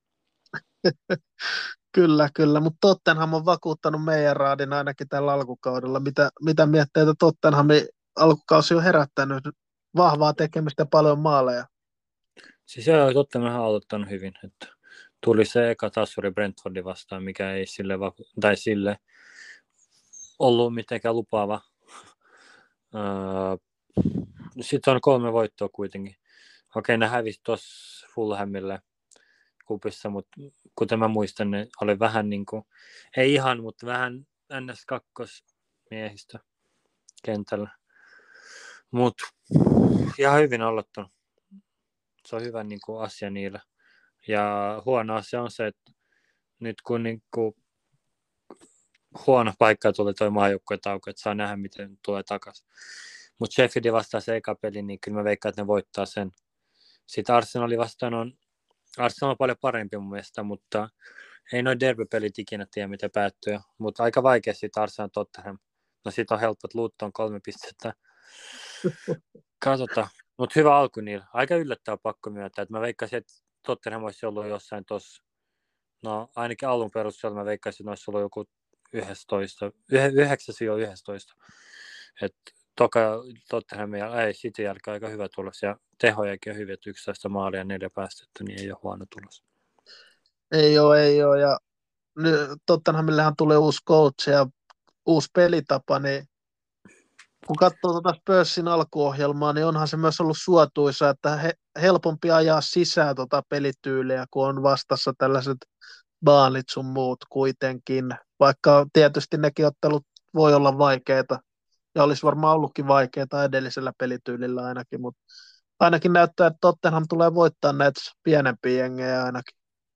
Kyllä, mutta Tottenham on vakuuttanut meidän raadin ainakin tällä alkukaudella. Mitä mietteitä Tottenhamin alkukausi on herättänyt? Vahvaa tekemistä, paljon maaleja. Siis joo, Tottenham on aloittanut hyvin. Että tuli se eka tassuri Brentfordin vastaan, mikä ei sille ollut mitenkään lupaava Sitten on 3 voittoa kuitenkin. Okei, ne hävisi tuossa Fulhamille kupissa, mutta kuten mä muistan, ne oli vähän niin kuin, ei ihan, mutta vähän NS2-miehistä kentällä. Mutta ihan hyvin aloittanut. Se on hyvä niin kuin asia niillä. Ja huono asia on se, että nyt kun niin kuin huono paikka tuli toi maajoukkueen tauko, että saa nähdä, miten tulee takaisin. Mutta Sheffieldin vastaan se eka peli, niin kyllä mä veikkaan, että ne voittaa sen. Sitten Arsenalin vastaan Arsenal on paljon parempi mun mielestä, mutta ei noin derbypelit ikinä tiedä, miten päättyy. Mutta aika vaikea sitten Arsenal Tottenham. No sit on helppo, että Luton 3 pistettä. Katsotaan. Mutta hyvä alku niillä. Aika yllättävä pakko myöntää. Mä veikkasin, että Tottenham olisi ollut jossain tuossa. No ainakin alun perusteella mä veikkasin, että olisi ollut joku 11, 9-11. Että toka Tottenham ei City jälkeen aika hyvä tulos. Ja tehojakin on hyviä, että 11 maalia ja 4 päästetty, niin ei ole huono tulos. Ei ole. Ja Tottenhamillehan tulee uusi coach ja uusi pelitapa, niin kun katsoo tuota Spursin alkuohjelmaa, niin onhan se myös ollut suotuisa, että helpompi ajaa sisään tuota pelityyliä, kun on vastassa tällaiset Baanit sun muut kuitenkin, vaikka tietysti nekin ottelut voi olla vaikeita, ja olisi varmaan ollutkin vaikeita edellisellä pelityylillä ainakin, mutta ainakin näyttää, että Tottenham tulee voittaa näitä pienempiä jengejä ainakin.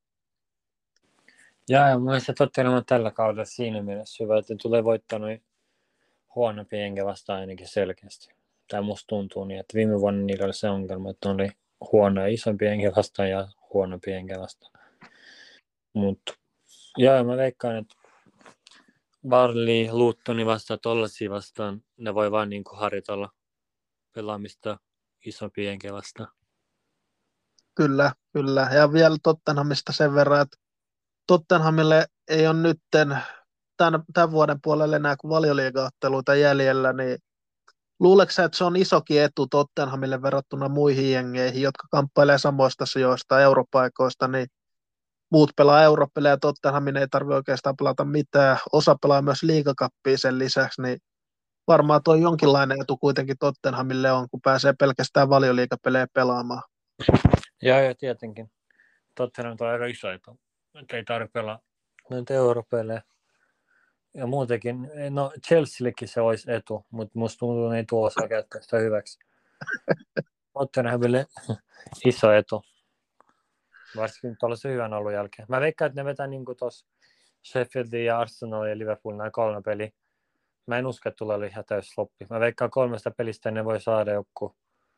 Ja mun mielestä Tottenham on tällä kaudella siinä mielessä hyvä, että tulee voittaa noin huonompi jengejä vastaan ainakin selkeästi. Tai musta tuntuu niin, että viime vuonna niillä oli se ongelma, että oli huonoja isompi jengejä vastaan ja huonompi jengejä vastaan. Mutta joo, mä veikkaan, että Barley, Lutoni vastaan, tollasia vastaan, ne voi vaan niin kuin harjoitella pelaamista isompia jengejä vastaan. Kyllä. Ja vielä Tottenhamista sen verran, että Tottenhamille ei ole nyt tämän vuoden puolelle enää kuin valioliiga-otteluita jäljellä, niin luuleeko että se on isokin etu Tottenhamille verrattuna muihin jengeihin, jotka kamppailee samoista sijoista europaikoista, niin muut pelaa europelejä ja Tottenhamin ei tarvitse oikeastaan pelata mitään. Osa pelaa myös liigakappia sen lisäksi, niin varmaan tuo jonkinlainen etu kuitenkin Tottenhamille on, kun pääsee pelkästään valioliigapelejä pelaamaan. Joo, tietenkin. Tottenham on aika iso etu. Ei tarvitse pelaa noita europelejä. Ja muutenkin, no Chelseallekin se olisi etu, mutta musta tuntuu, että ei tuo osaa käyttää sitä hyväksi. Tottenhamille iso etu. Varsinkin tuollaisen hyvän alun jälkeen. Mä veikkaan, että ne vetää niin kuin tuossa Sheffieldin ja Arsenalin ja Liverpoolin nämä 3 peliä. Mä en usko, että tulee olla ihan täys loppi. Mä veikkaan 3 pelistä ne voi saada joku.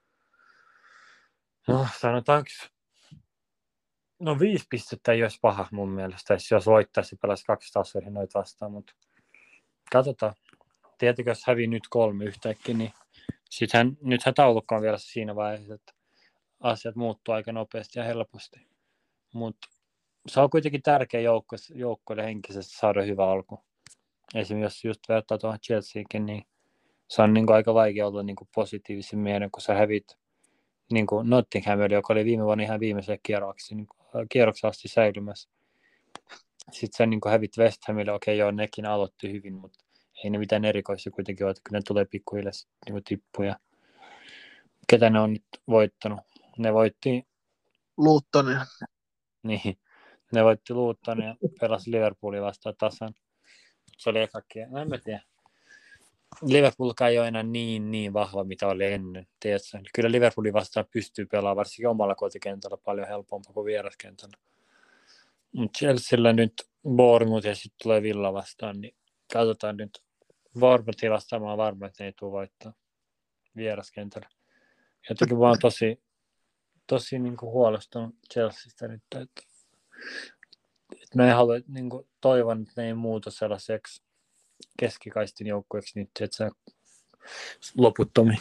No sanotaanko. No 5 pistettä ei olisi paha mun mielestä. Jos voittaisi, pelasi 2 tasoihin noita vastaan. Mutta katsotaan. Tietenkin jos hävii nyt 3 yhtäkkiä, niin nythän taulukko on vielä siinä vaiheessa, että asiat muuttuu aika nopeasti ja helposti. Mutta se on kuitenkin tärkeä joukkoille henkisesti saada hyvä alku. Esimerkiksi jos just vertaa tuohon Chelseakin, niin se on niin kuin aika vaikea olla niin kuin positiivisen mielen, kun sä hävit niin kuin Nottinghamille, joka oli viime vuonna ihan viimeiselle kierroksen asti säilymässä. Sitten sä niin kuin hävit West Hamille, okei joo, nekin aloitti hyvin, mutta ei ne mitään erikoisia kuitenkin ole, että kyllä ne tulee pikkuhiljaa niin tippuja. Ketä ne on nyt voittanut? Ne voitti Lutonia. Niin, ne voitti Luton ja pelasi Liverpoolia vastaan tasan. Se oli ekakin. En mä tiedä. Liverpoolkaan ei ole enää niin vahva, mitä oli ennen. Tiedätkö? Kyllä Liverpoolin vastaan pystyy pelaamaan, varsinkin omalla kotikentällä, paljon helpompaa kuin vieraskentällä. Mutta Chelsealla nyt Bournemouth ja sitten tulee Villa vastaan, niin katsotaan nyt. Bournemouthia vastaan mä oon varma, että ne ei tule voittaa vieraskentällä. Jotenkin vaan tosi niin kuin huolestunut Chelseasta nyt, että mä en halua, niin kuin, toivon, että ne ei muuta sellaiseksi keskikaistin joukkueeksi nyt, että se loputtomiin.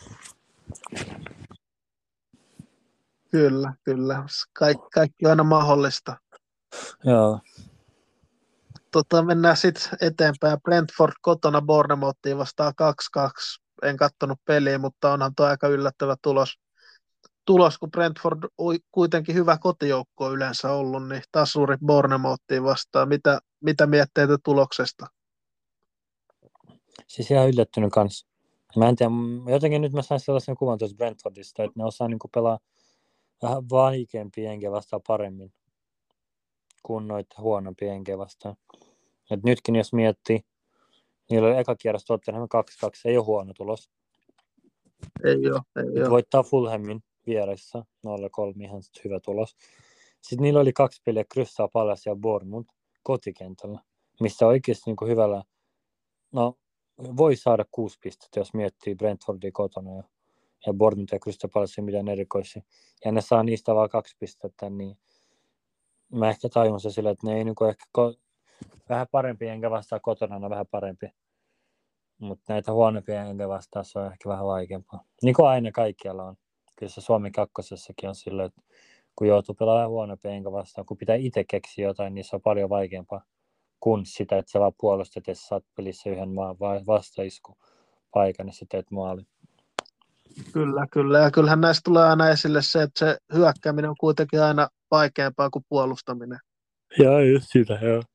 Kyllä. Kaikki on aina mahdollista. Joo. Mennään sitten eteenpäin. Brentford kotona Bournemouthiin vastaan 2-2. En katsonut peliä, mutta onhan tuo aika yllättävä tulos, kun Brentford kuitenkin hyvä kotijoukko on yleensä ollut, niin tasuri Bournemouthiin vastaan. Mitä mietteitä tuloksesta? Siis ihan yllättynyt kanssa. Mä en tiedä, jotenkin nyt mä sain sellaisen kuvan tuossa Brentfordista, että ne osaa niin kuin pelaa vähän vaikeampia jengiä vastaan paremmin kuin noita huonompia jengiä vastaan. Et nytkin jos miettii, niillä oli eka kierros Tottenham 2-2, ei ole huono tulos. Ei ole. Voittaa Fulhamin vieressä 0-3, ihan hyvä tulos. Sitten niillä oli 2 peliä Crystal Palace ja Bournemouth kotikentällä, missä oikeasti niin kuin hyvällä, no voi saada 6 pistettä, jos miettii Brentfordia kotona ja Bournemouth ja Crystal Palace mitään erikoisia. Ja ne saa niistä vaan 2 pistettä, niin mä ehkä tajun se sillä, että ne ei niin kuin ehkä vähän parempi enkä vastaa kotona on vähän parempi. Mutta näitä huonompia enkä vastaan se on ehkä vähän vaikeampaa. Niin kuin aina kaikkialla on. Kyllä se Suomen kakkosessakin on silleen, että kun joutuu pelaamaan huonompia enkä vastaan, kun pitää itse keksiä jotain, niin se on paljon vaikeampaa kuin sitä, että sä vaan puolustat ja sä saat pelissä yhden vastaisku paikan, niin sä teet maalin. Kyllä. Ja kyllähän näistä tulee aina esille se, että se hyökkääminen on kuitenkin aina vaikeampaa kuin puolustaminen. Joo, just sitä, joo.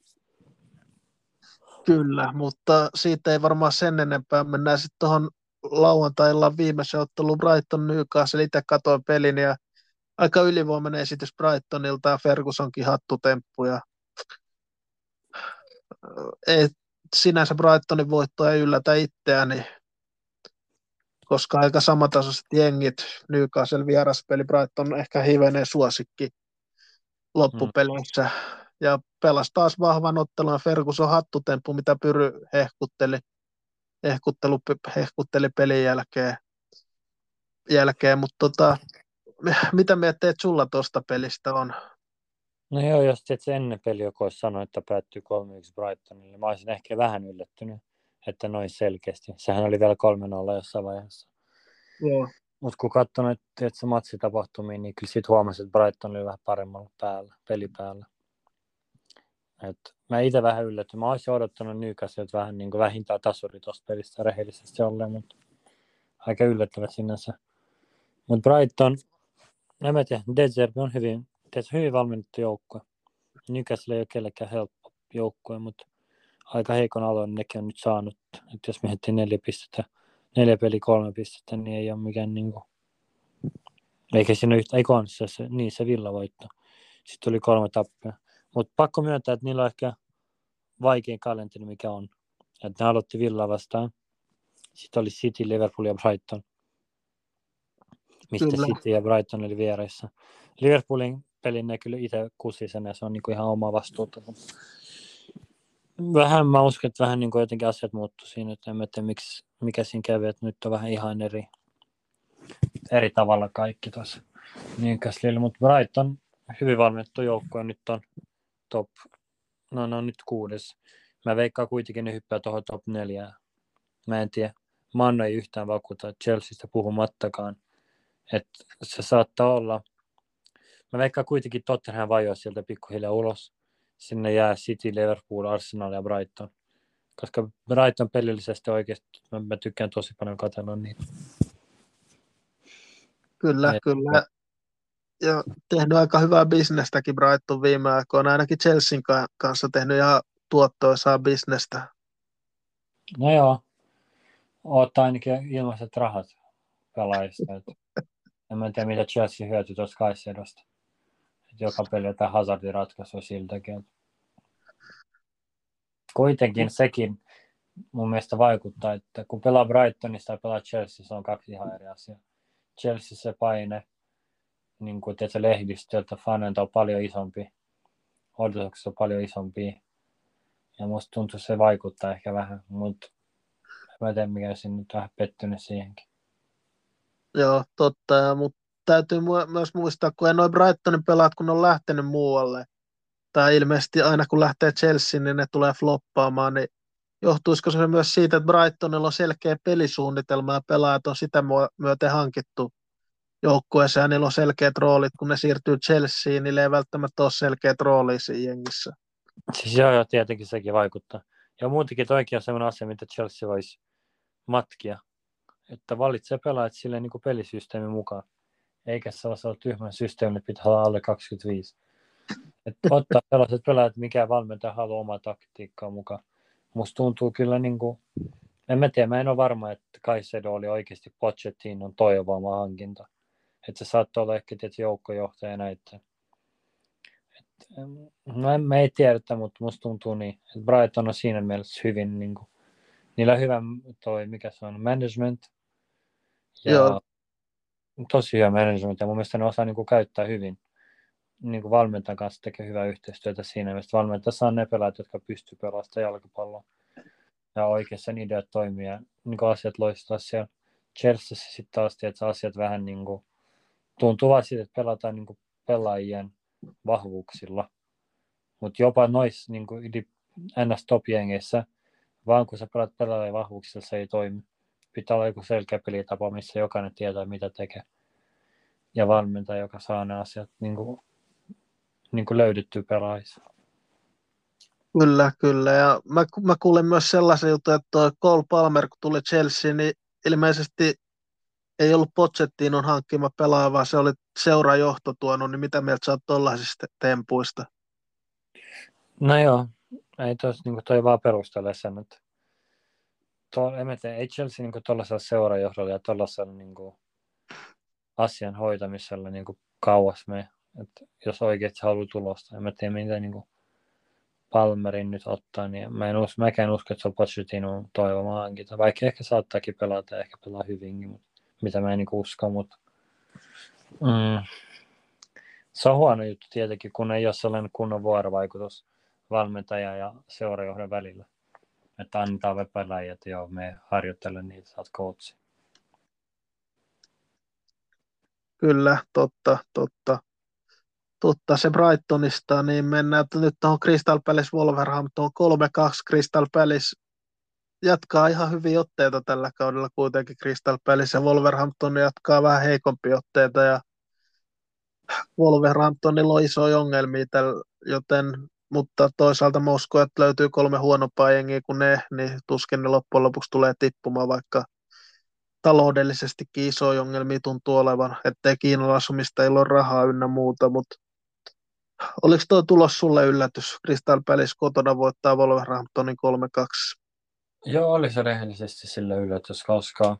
Kyllä, mutta siitä ei varmaan sen enempää. Mennään sitten tuohon lauantai-illan viimeisen otteluun Brighton Newcastle. Itse katsoin pelin ja aika ylivoimainen esitys Brightonilta ja Fergusonkin hattutemppu. Ja ei, sinänsä Brightonin voitto ei yllätä itseäni, koska aika samatasoiset jengit, Newcastle vieraspeli, Brighton ehkä hivenen suosikki loppupeleissä. Ja pelasi taas vahvan ottelun Ferguson hattutemppu, mitä Pyry hehkutteli pelin jälkeen. Mutta mitä mietteet sulla tuosta pelistä on? No joo, jos et se ennen peli joku olisi sanonut, että päättyy 3-1 Brightonille, niin mä olisin ehkä vähän yllättynyt, että noin selkeästi. Sehän oli vielä 3-0 jossain vaiheessa. Joo. Mutta kun katson, että se matsitapahtumia, niin kyllä siitä huomasin, että Brighton oli vähän paremmalla peli päällä. Mä itse vähän yllätyin. Mä olisin odottanut Newcastlelta vähän niin kuin vähintään tasuri tuosta pelistä rehellisesti olleen, mutta aika yllättävä sinänsä. Mutta Brighton, en mä tiedä, De Zerbi on hyvin valmennettu joukkue. Newcastle ei ole kellekään helppo joukkue, mutta aika heikon aloin nekin on nyt saanut. Et jos miettii 4 pistettä, 4 peli 3 pistettä, niin ei ole mikään niinku. Eikä siinä yhtä, ei se Villa voitto. Sitten tuli 3 tappia. Mutta pakko myöntää, että niillä on ehkä vaikein kalenteri, mikä on. Että ne aloitti Villaa vastaan. Sitten oli City, Liverpool ja Brighton. Mistä Kyllä. City ja Brighton oli vieressä. Liverpoolin pelin ne kyllä itse kusisen ja se on niinku ihan oma vastuuta. Vähän mä uskon, että vähän niinku jotenkin asiat muuttuu siinä. Että en tiedä mikä siinä kävi, että nyt on vähän ihan eri tavalla kaikki tuossa Newcastlella. Mutta Brighton hyvin valmennettu joukkue nyt on top. No nyt 6. Mä veikkaan kuitenkin ne hyppää tuohon top 4. Mä en tiedä. Manno ei yhtään vakuuta Chelseasta puhumattakaan. Että se saattaa olla. Mä veikkaan kuitenkin Tottenham vajoaa sieltä pikkuhiljaa ulos. Sinne jää City, Liverpool, Arsenal ja Brighton. Koska Brighton pelillisesti oikeasti mä tykkään tosi paljon katsella niitä. Kyllä. Ja tehnyt aika hyvää bisnestäkin Brighton viime aikoina. Ainakin Chelsean kanssa tehnyt ihan tuottoisaa bisnestä. No joo. Oot ainakin ilmaiset rahat pelaajista. En mä tiedä, mitä Chelsea hyötyi tuosta Caicedosta. Joka peli jotain Hazardin ratkaisua siltäkin. Kuitenkin sekin mun mielestä vaikuttaa, että kun pelaa Brightonista ja pelaa Chelsea, se on 2 ihan eri asiaa. Chelsea se paine, niin kuin tiedätkö, lehdistöltä, faneilta on paljon isompi. Odotukset on paljon isompi. Ja musta tuntuu, että se vaikuttaa ehkä vähän, mutta mä en tiedä, mikä siinä nyt vähän pettynyt siihenkin. Joo, totta. Mutta täytyy myös muistaa, kun ei noin Brightonin pelaat, kun on lähtenyt muualle. Tai ilmeisesti aina kun lähtee Chelsea, niin ne tulee floppaamaan. Niin johtuisiko se myös siitä, että Brightonilla on selkeä pelisuunnitelma ja pelaajat on sitä myöten hankittu joukkueeseen ja niillä on selkeät roolit. Kun ne siirtyy Chelseain, niillä ei välttämättä ole selkeät roolia siinä jengissä. Siis joo, tietenkin sekin vaikuttaa. Ja muutenkin toikin on sellainen asia, mitä Chelsea voisi matkia. Että valitsee pelaajat silleen niin kuin pelisysteemin mukaan. Eikä sellaisella tyhmän systeemillä pitää olla alle 25. Että ottaa sellaiset pelaajat, mikä valmentaja haluaa omaa taktiikkaa mukaan. Musta tuntuu kyllä niin kuin En mä tiedä, mä en ole varma, että Caicedo oli oikeasti Pochettinon toivoma hankinta. Että se saattoi olla ehkä tietysti joukkojohtaja näitä. No me ei tiedetä, mutta musta tuntuu niin, että Brighton on siinä mielessä hyvin, niin kuin, niillä on hyvä mikä se on, management. Ja Joo. tosi hyvä management, ja mun mielestä ne osaa niin kuin käyttää hyvin. Niin kuin valmentajan kanssa tekee hyvää yhteistyötä siinä, mistä valmentaja saa ne pelaajat, jotka pystyy pelaamaan jalkapalloa. Ja oikein sen ideat toimii, ja niin kuin asiat loistaa siellä. Chelseassa sitten taas, että asiat vähän niin kuin, tuntuu vaan siitä, että pelataan niin kuin pelaajien vahvuuksilla. Mutta jopa noissa niin NS-top-jengeissä, vaan kun sä pelaat pelaajien vahvuuksilla, se ei toimi. Pitää olla joku selkeä pelitapa, missä jokainen tietää, mitä tekee. Ja valmentaja, joka saa ne asiat niin kuin löydettyä pelaajissa. Kyllä. Ja mä kuulin myös sellaisen jutun, että toi Cole Palmer, kun tuli Chelsea, niin ilmeisesti ei ollut Pochettinon hankkima pelaaja, vaan se oli seurajohto tuonut, niin mitä mieltä sä oot tollaisista tempuista? No joo, ei tos, niin toi vaan perustele sen, että en tiedä, ei Chelsea niin tuollaisella seurajohdolla ja tuollaisella niin asian hoitamisella niin kauas mene. Että jos oikeasti haluaa tulosta, en mä tiedä mitä niin Palmerin nyt ottaa, niin mäkään usko, että se on Pochettinon toivoma hankinta, vaikka ehkä saattaakin pelata ja ehkä pelaa hyvinkin, mutta mitä mä en niin usko, mutta se on huono juttu tietenkin, kun ei ole sellainen kunnon vuorovaikutus valmentaja ja seurajohdon välillä. Että annetaan pelaajia, että joo, me harjoittelen niitä, saat coachi. Kyllä, totta. Se Brightonista, niin mennään nyt tuohon Crystal Palace Wolverhampton 3-2. Crystal Palace jatkaa ihan hyviä otteita tällä kaudella kuitenkin. Crystal Palace ja Wolverhampton jatkaa vähän heikompia otteita ja Wolverhamptonilla on isoja ongelmia mutta toisaalta mä uskon, että löytyy 3 huonompaa jengiä kuin ne, niin tuskin ne loppujen lopuksi tulee tippumaan, vaikka taloudellisestikin isoja ongelmia tuntuu olevan, ettei kiinalaisomistajilla ole rahaa ynnä muuta, mutta oliko tuo tulos sulle yllätys? Crystal Palace kotona voittaa Wolverhamptonin 3-2. Joo, oli se rehellisesti sillä yllätys, koska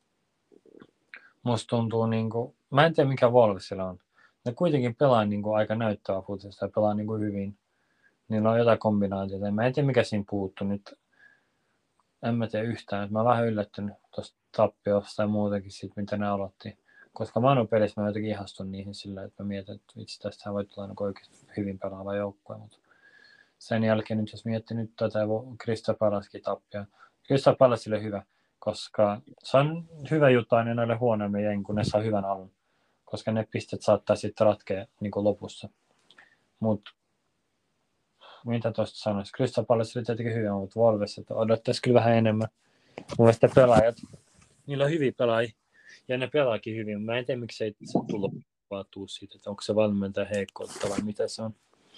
musta tuntuu mä en tiedä mikä Wolvesilla on. Ne kuitenkin pelaa aika näyttävää futista ja pelaa hyvin. Niillä on jotain kombinaatioita. Mä en tiedä mikä siinä puuttui nyt. En mä tiedä yhtään. Mä oon vähän yllättynyt tuosta tappiosta ja muutenkin siitä, mitä ne aloitti. Koska Manu pelissä mä jotenkin ihastun niihin sillä, että mä mietin, että vitsi tästähän voi tulla oikeasti hyvin pelaava joukkue. Mutta sen jälkeen nyt jos miettii nyt Crystal Palacen tappia. Crystal Palacelle hyvä, koska se on hyvä juttu aina näille huonoille jengi, kun ne saa hyvän alun. Koska ne pistet saattaa sitten ratkea lopussa. Mutta mitä tuosta sanoisi? Crystal Palace oli tietenkin hyvä, mutta Wolves odottaisi kyllä vähän enemmän. Mun mielestä pelaajat, niillä on hyviä pelaajia ja ne pelaakin hyvin. Mä en tiedä, miksi ei se tullut vaatuu siitä, että onko se valmentaja heikkoutta vai mitä se on.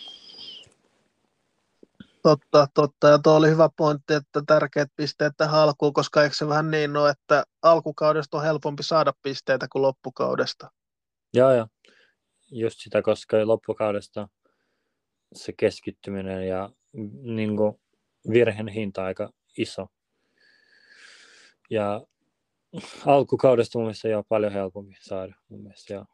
Totta. Ja tuo oli hyvä pointti, että tärkeät pisteet tähän alkuun, koska eikö se vähän niin ole, että alkukaudesta on helpompi saada pisteitä kuin loppukaudesta? Joo. Just sitä, koska loppukaudesta se keskittyminen ja virheen hinta aika iso. Ja alkukaudesta mun mielestä on paljon helpompi saada. Mun mielestä, joo.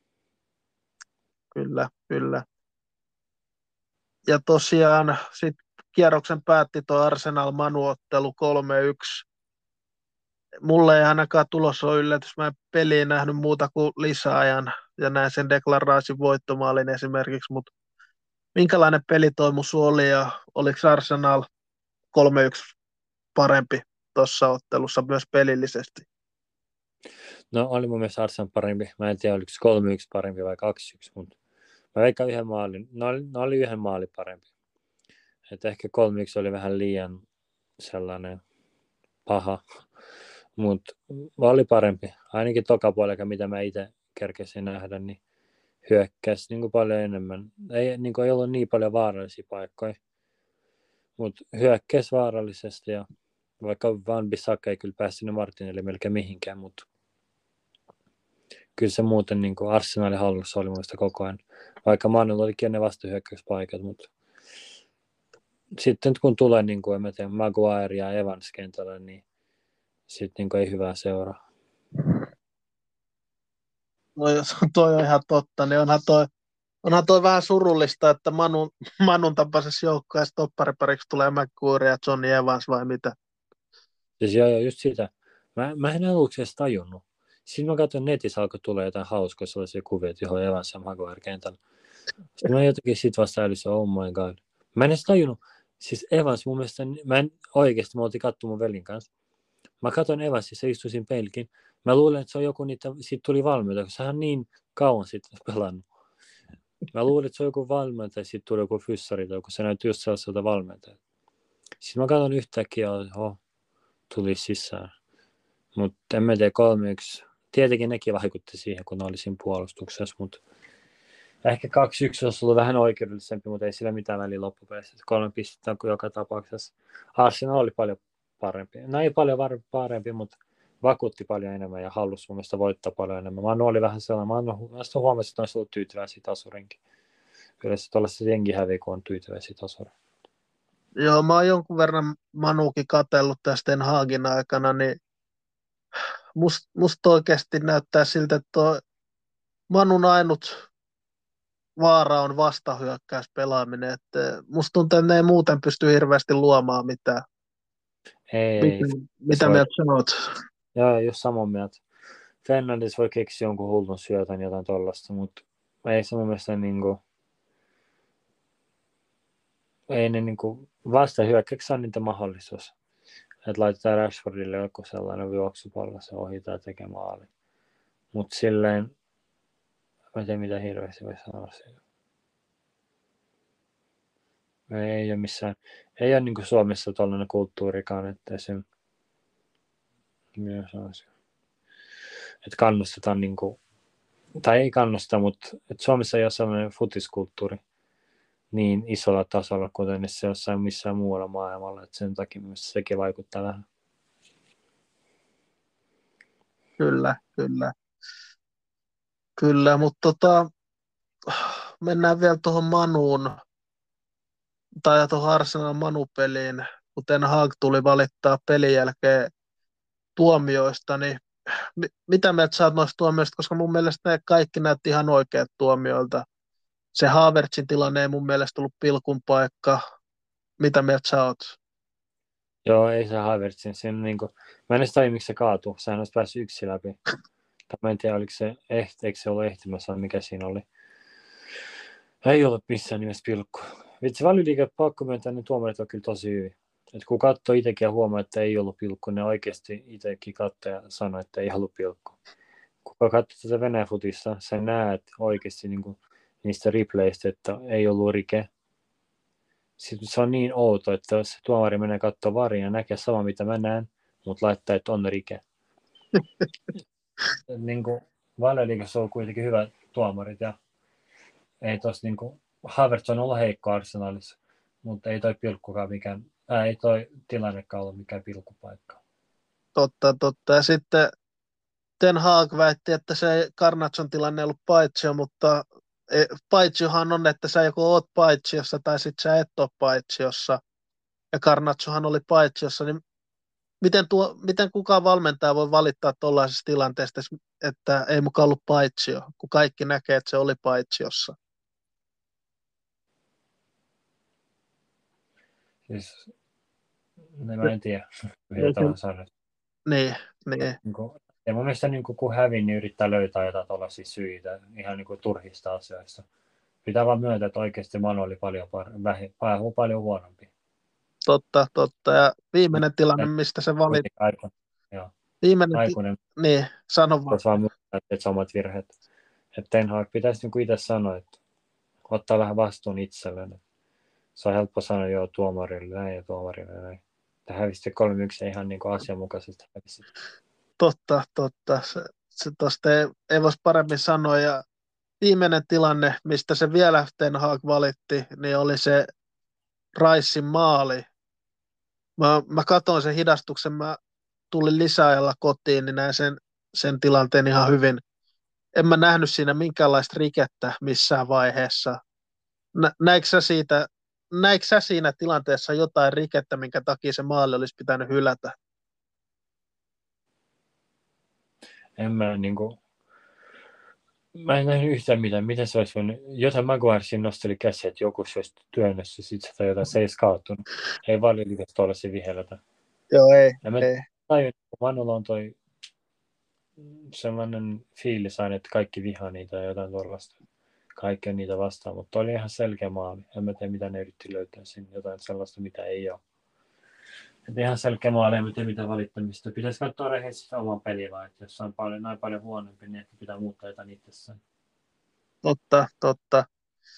Kyllä. Ja tosiaan sitten kierroksen päätti tuo Arsenal-Manu-ottelu 3-1. Mulle ei ainakaan tulos ole yllätys. Mä en peliä nähnyt muuta kuin lisäajan ja näin sen Declan Ricen voittomaalin esimerkiksi, mutta minkälainen pelitoimus oli ja oliko Arsenal 3-1 parempi tuossa ottelussa myös pelillisesti? No oli mun mielestä Arsenal parempi. Mä en tiedä oliko 3-1 parempi vai 2-1, mutta mä veikkaan yhden maalin. No oli yhden maalin parempi. Että ehkä 3-1 oli vähän liian sellainen paha, mutta oli parempi. Ainakin toka puolella, mitä mä itse kerkesin nähdä, niin hyökkäsi paljon enemmän. Ei ollut niin paljon vaarallisia paikkoja, mutta hyökkäsi vaarallisesti ja vaikka Van Bissaka ei kyllä päässyt Martinelli melkein mihinkään, mutta kyllä se muuten Arsenalin hallussa oli muista koko ajan. Vaikka Manulla olikin ne vastahyökkäyspaikat, mutta sitten kun tulee Maguire ja Evans kentällä, niin sitten niin ei hyvää seuraa. Toi on ihan totta, niin onhan toi vähän surullista, että Manun tapaisessa joukkueessa topparipariksi tulee McCour ja Johnny Evans vai mitä? Siis joo, just sitä. Mä en aluksi edes tajunnut. Sitten mä katsoin netissä alkoi tulla jotain hauskoja sellaisia kuvia, johon Evans ja Maguire kentällä. Sitten mä jotenkin sit vasta älysin, oh my god. Mä en edes tajunnut. Siis Evans mun mielestä, oikeasti, mä oltiin katsomaan mun velin kanssa. Mä katsoin Evansissa, istuisin peilkin. Mä luulen, että se on joku niitä, siitä tuli valmentaja, koska sehän on niin kauan sitten pelannut. Mä luulin, että se on joku valmentaja, sitten tuli joku fyssari tai joku, se näytti just sellaiselta valmentajalta. Sitten mä katson yhtäkkiä, tuli sisään. Mutta en mä tiedä, 3-1. Tietenkin nekin vaikutti siihen, kun ne oli siinä puolustuksessa, mutta ehkä 2-1 olisi ollut vähän oikeudellisempi, mutta ei sillä mitään väliä loppupeleissä. 3 pistettä on joka tapauksessa. Arsenal oli paljon parempi. No ei paljon parempi, mutta vakuutti paljon enemmän ja halusi mun mielestä voittaa paljon enemmän. Manu oli vähän sellainen, mä huomasin, että olisi ollut tyytyväisiä tasurinkin. Yleensä tuollaista jengi häviä, kun on tyytyväisiä tasurin. Joo, mä oon jonkun verran Manuukin katsellut tästä Ten Hagin aikana, niin musta oikeasti näyttää siltä, että Manun ainut vaara on vastahyökkäys pelaaminen. Että musta tuntuu, että ne ei muuten pysty hirveästi luomaan mitään. Ei. Mitä mieltä sanot? Joo, just saman mieltä. Fernandes voi keksiä jonkun hullun syötän jotain tollasta, mutta ei se mun mielestä niinku, ei ne niinku vastahyökkäyksessä on niitä mahdollisuus. Että laitetaan Rashfordille joku sellainen juoksupallo, se ohitaan tekemään maali. Mutta silleen, mä en tiedä mitä hirveästi voi sanoa siitä. Ei ole missään, ei ole niinku Suomessa tollainen kulttuurikaan, että esim. Että kannustetaan niinku, tai ei kannusta, mutta että Suomessa ei ole sellainen futiskulttuuri niin isolla tasolla, kuten se jossain missään muualla maailmalla, että sen takia myös sekin vaikuttaa vähän. Kyllä, mutta mennään vielä tuohon Manuun, tai tuohon Arsenal Manu-peliin, kuten Haag tuli valittaa pelin jälkeen tuomioista, niin mitä mieltä sä oot noista tuomioista, koska mun mielestä ne kaikki näytti ihan oikeat tuomioilta. Se Havertzin tilanne ei mun mielestä ollut pilkun paikka. Mitä mieltä sä oot? Joo, ei se Havertzin. Niinku, mä en edes tajua, miksi se kaatuu. Sehän olisi päässyt yksi läpi. Mä en tiedä, oliko se eikö se ollut ehtimässä, mikä siinä oli. Ei ollut missään nimessä pilkku. Vitsi, Valioliiga pakko myöntää, ne tuomarit on kyllä tosi hyvin. Et kun katsoo itsekin ja huomaa, että ei ollut pilkku, ne oikeasti itsekin katsoo ja sanoo, että ei ollut pilkku. Kun katsoo tätä Venäjän futissa, sä näet oikeasti niin niistä replayistä, että ei ollut rike. Sitten se on niin outo, että se tuomari menee katsoa varia ja näkee sama, mitä mä näen, mutta laittaa, että on rike. Niin Valioliigassa on kuitenkin hyvät tuomarit ja ei tos niinku Havertz on ollut heikko Arsenalissa, mutta ei toi pilkkukaan mikään, ei toi tilannekaan ollut mikään pilkkupaikka. Totta. Ja sitten Ten Hag väitti, että se Garnachon tilanne ei ollut paitsio, mutta paitsiohan on, että sä joko oot paitsiossa tai sitten sä et ole paitsiossa. Ja Garnachohan oli paitsiossa, niin miten kukaan valmentaja voi valittaa tuollaisesta tilanteesta, että ei mukaan ollut paitsio, kun kaikki näkee, että se oli paitsiossa. Siis, mä en tiedä, mitä tuohon sanoa. Niin. Ja mun mielestä kun hävin, niin yrittää löytää jotain tuollaisia syitä ihan turhista asioista. Pitää vaan myöntää, että oikeasti Manu oli paljon huonompi. Totta. Ja viimeinen tilanne, mistä se valitti. Aikuinen. Niin, sano vaan. Jos vaan myöntää, että samat virheet. Että Ten Hag pitäisi itse sanoa, että ottaa vähän vastuun itselleen. Se on helppo sanoa joo tuomarille näin ja tuomarille näin. Tämä hävisi 3-1 ihan asianmukaisesti hävisi. Totta. Se tosta ei voisi paremmin sanoa. Ja viimeinen tilanne, mistä se vielä Ten Hag valitti, niin oli se Ricein maali. Mä katsoin sen hidastuksen, mä tulin lisäajalla kotiin, niin näin sen tilanteen ihan hyvin. En mä nähnyt siinä minkäänlaista rikettä missään vaiheessa. Näikö sä siinä tilanteessa jotain rikettä, minkä takia se maali olisi pitänyt hylätä? Mä en nähnyt yhtään mitään. Miten se olisi voinut? Jotain Maguire siinä nosteli käsiä, että joku se olisi työnnössä sit tai jotain. Se ei skautunut. Ei valitettavasti tuollaisia viheleitä. Joo, ei. Ja mä tajun, että Manulla on toi sellainen fiilis aina, että kaikki vihaa niitä ja jotain tuollaista. Kaikki on niitä vastaan, mutta oli ihan selkeä maali. En mä tiedä, mitä ne yritti löytää sinne. Jotain sellaista, mitä ei ole. Että ihan selkeä maali, en tiedä mitä valittamista. Pitäisi katsoa rehellisesti oman peliä vaan, että jos on näin paljon huonompi, niin ehkä pitää muuttaa jotain itsessään. Totta.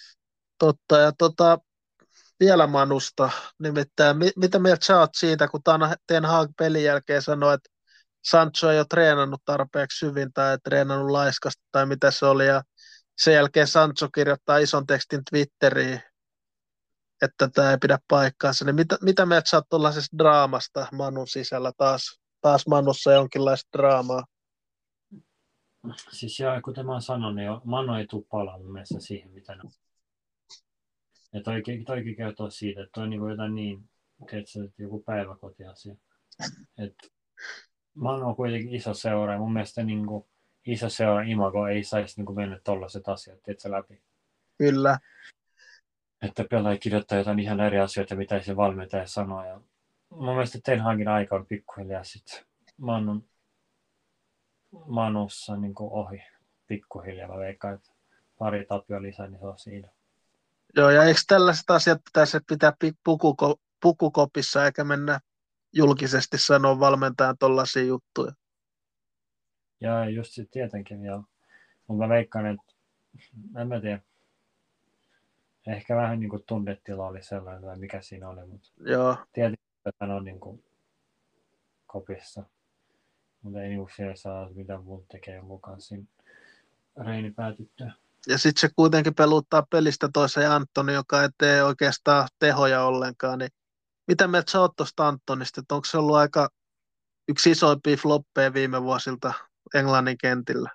Ja vielä Manusta. Nimittäin, mitä mieltä sä oot siitä, kun Ten Hag pelin jälkeen sanoi, että Sancho ei ole treenannut tarpeeksi hyvin tai treenannut laiskasti tai mitä se oli. Ja sen jälkeen Sancho kirjoittaa ison tekstin Twitteriin, että tämä ei pidä paikkaansa. Niin mitä mieltä sä oot tuollaisesta draamasta Manun sisällä taas Manussa jonkinlaista draamaa? Siis joo, kuten mä oon sanonut, niin Manu ei tule palaa mun mielestä siihen, mitä ne on. Ja toikin kertoo siitä, että toi on niin jotain niin, että joku päiväkotiasia. Että Manu on kuitenkin iso seura ja mun mielestä niin kuin iso seura imago ei saisi niin kuin mennä tollaiset asiat, tiedätkö, läpi. Kyllä. Että pelaaja kirjoittaa jotain ihan eri asioita, mitä se valmentaja sanoo. Ja mun mielestä Ten Hagin aika on pikkuhiljaa sitten Manussa niin kuin ohi pikkuhiljaa. Mä veikkaan, että pari tappia lisää, niin se on siinä. Joo, ja eikö tällaiset asiat pitäisi pitää pukukopissa eikä mennä julkisesti sanoa valmentajan tollaisia juttuja? Ja just sitten tietenkin, joo. Mutta mä veikkaan, että en mä tiedä. Ehkä vähän niin kuin tunnetila oli sellainen, tai mikä siinä oli, mutta tietenkin, että hän on niin kuin kopissa. Mutta ei niin siellä saa mitään muuta tekee mukaan siinä reini päätyttyä. Ja sitten se kuitenkin peluttaa pelistä toiseen Antoni, joka ei tee oikeastaan tehoja ollenkaan. Niin mitä mieltä sä oot tuosta Antonista? Että onko se ollut aika yksi isoimpia floppeja viime vuosilta Englannin kentillä?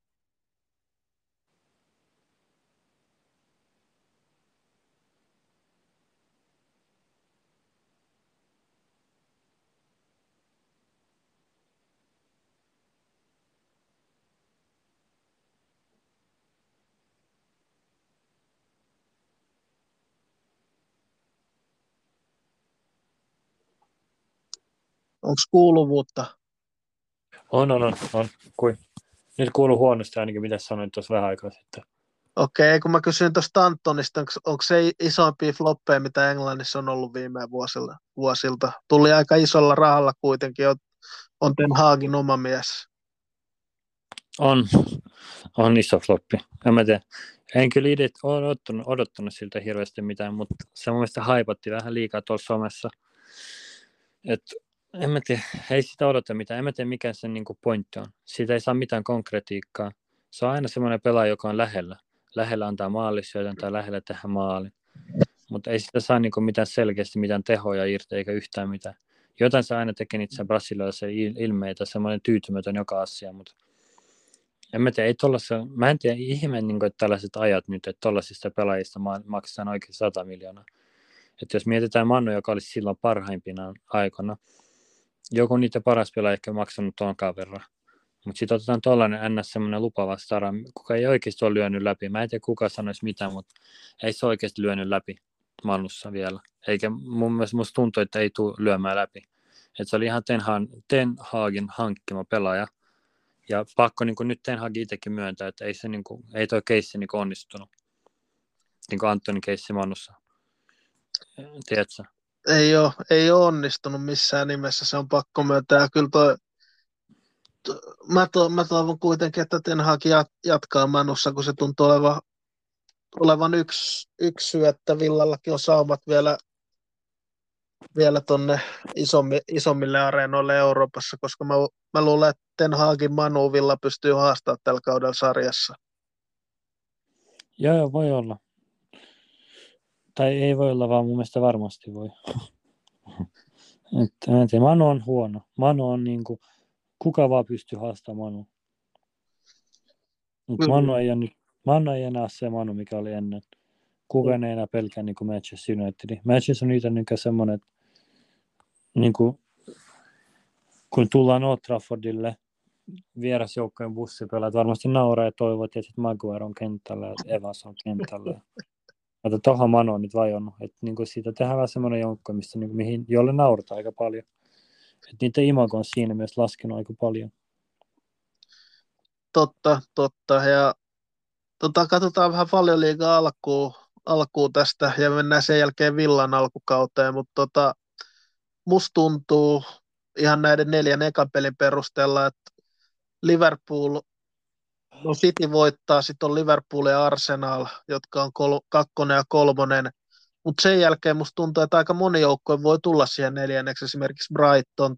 Onko kuuluvuutta? On. Kui? Nyt kuuluu huonosti ainakin, mitä sanoin tuossa vähän aikaa sitten. Okei, kun mä kysyin tuosta Antonista, onko se isoimpia floppeja, mitä Englannissa on ollut viime vuosilta? Tuli aika isolla rahalla kuitenkin, on Ten Hagin oma mies. On iso floppi. En mä tiedä. En kyllä itse ole odottanut siltä hirveästi mitään, mutta se mun mielestä haipatti vähän liikaa tuolla somessa. Että en mä tiedä, ei sitä odota mitään. En mä tiedä, mikä sen niin kuin pointti on. Siitä ei saa mitään konkretiikkaa. Se on aina semmoinen pelaaja, joka on lähellä. Lähellä antaa maalisuojan tai lähellä tehdä maalin. Mutta ei sitä saa niin kuin mitään selkeästi, mitään tehoja irti eikä yhtään mitään. Jotain se aina tekee niitä brasilialaisia ilmeitä, semmoinen tyytymätön joka asia, mutta en mä tiedä, ei mä en tiedä ihmeen, niin kuin, että tällaiset ajat nyt, että tollaisista pelaajista maksetaan oikein 100 miljoonaa. Että jos mietitään Manu, joka olisi silloin parhaimpina aikana, joku niitä paras pelaaja ehkä maksanut tuonkaan verran. Mutta sitten otetaan tuollainen NS semmoinen lupaava stara, kuka ei oikeasti ole lyönyt läpi. Mä en tiedä kuka sanoisi mitään, mutta ei se oikeasti lyönyt läpi Manussa vielä. Eikä musta tuntuu, että ei tule lyömään läpi. Että se oli ihan Ten Hagin hankkima pelaaja. Ja pakko niin nyt Ten Hag itsekin myöntää, että ei toi keissi niin onnistunut. Niin kuin Antonin keissi Manussa. Tiedätkö? Ei ole onnistunut missään nimessä, se on pakko myöntää. Kyllä mä toivon kuitenkin, että Ten Hag jatkaa Manussa, kun se tuntuu olevan yksi syy, että Villallakin on saumat vielä tonne isommille areenoille Euroopassa, koska mä luulen, että Ten Hagin Manu Villa pystyy haastamaan tällä kaudella sarjassa. Joo, voi olla. Tai ei voi olla, vaan mun mielestä varmasti voi. En tiedä, Manu on huono. Manu on niinku, kuka vaan pystyy haastamaan Manu. Manu ei enää ole se Manu, mikä oli ennen. Kukaan ei enää pelkää niin kuin Manchester United. Manchester on niitä niin semmoinen, että niin kuin, kun tullaan Old Traffordille, vierasjoukkojen bussipelaat varmasti nauraa ja toivovat, että Maguire on kentällä ja Evans on kentällä. Mutta tohon Manu on nyt vajonnut. Että niinku siitä tehdään vähän semmoinen joukko, missä niinku, jolle naurataan aika paljon. Että niiden imago on siinä myös laskenut aika paljon. Totta. Ja katsotaan vähän Valioliigan alkuun tästä ja mennään sen jälkeen Villan alkukauteen, mutta musta tuntuu ihan näiden 4 ekan pelin perusteella, että Liverpool, no City voittaa, sitten on Liverpool ja Arsenal, jotka on 2 ja 3, mutta sen jälkeen musta tuntuu, että aika moni joukko voi tulla siihen 4, esimerkiksi Brighton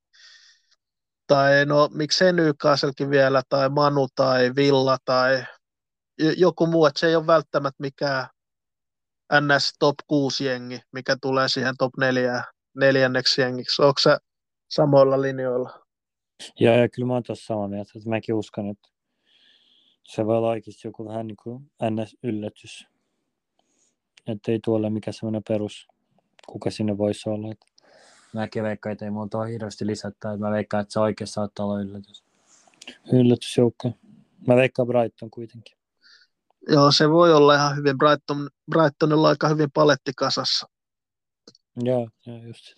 tai no miksei Newcastlekin vielä, tai Manu tai Villa tai joku muu, että se ei ole välttämättä mikään NS top 6 jengi, mikä tulee siihen top 4 jengiksi. Onko se samoilla linjoilla? Ja kyllä mä oon tuossa samaa mieltä, että mäkin uskon, että se voi olla oikeasti joku vähän niin kuin NS-yllätys. Että ei tuolle mikä semmoinen perus, kuka sinne voisi olla. Että mäkin veikkaan, että ei mua tuohon hirveästi lisättää. Mä veikkaan, että se oikeasti saattaa olla yllätysjoukko. Mä veikkaan Brighton kuitenkin. Joo, se voi olla ihan hyvin. Brightonilla on aika hyvin paletti kasassa. Joo, just.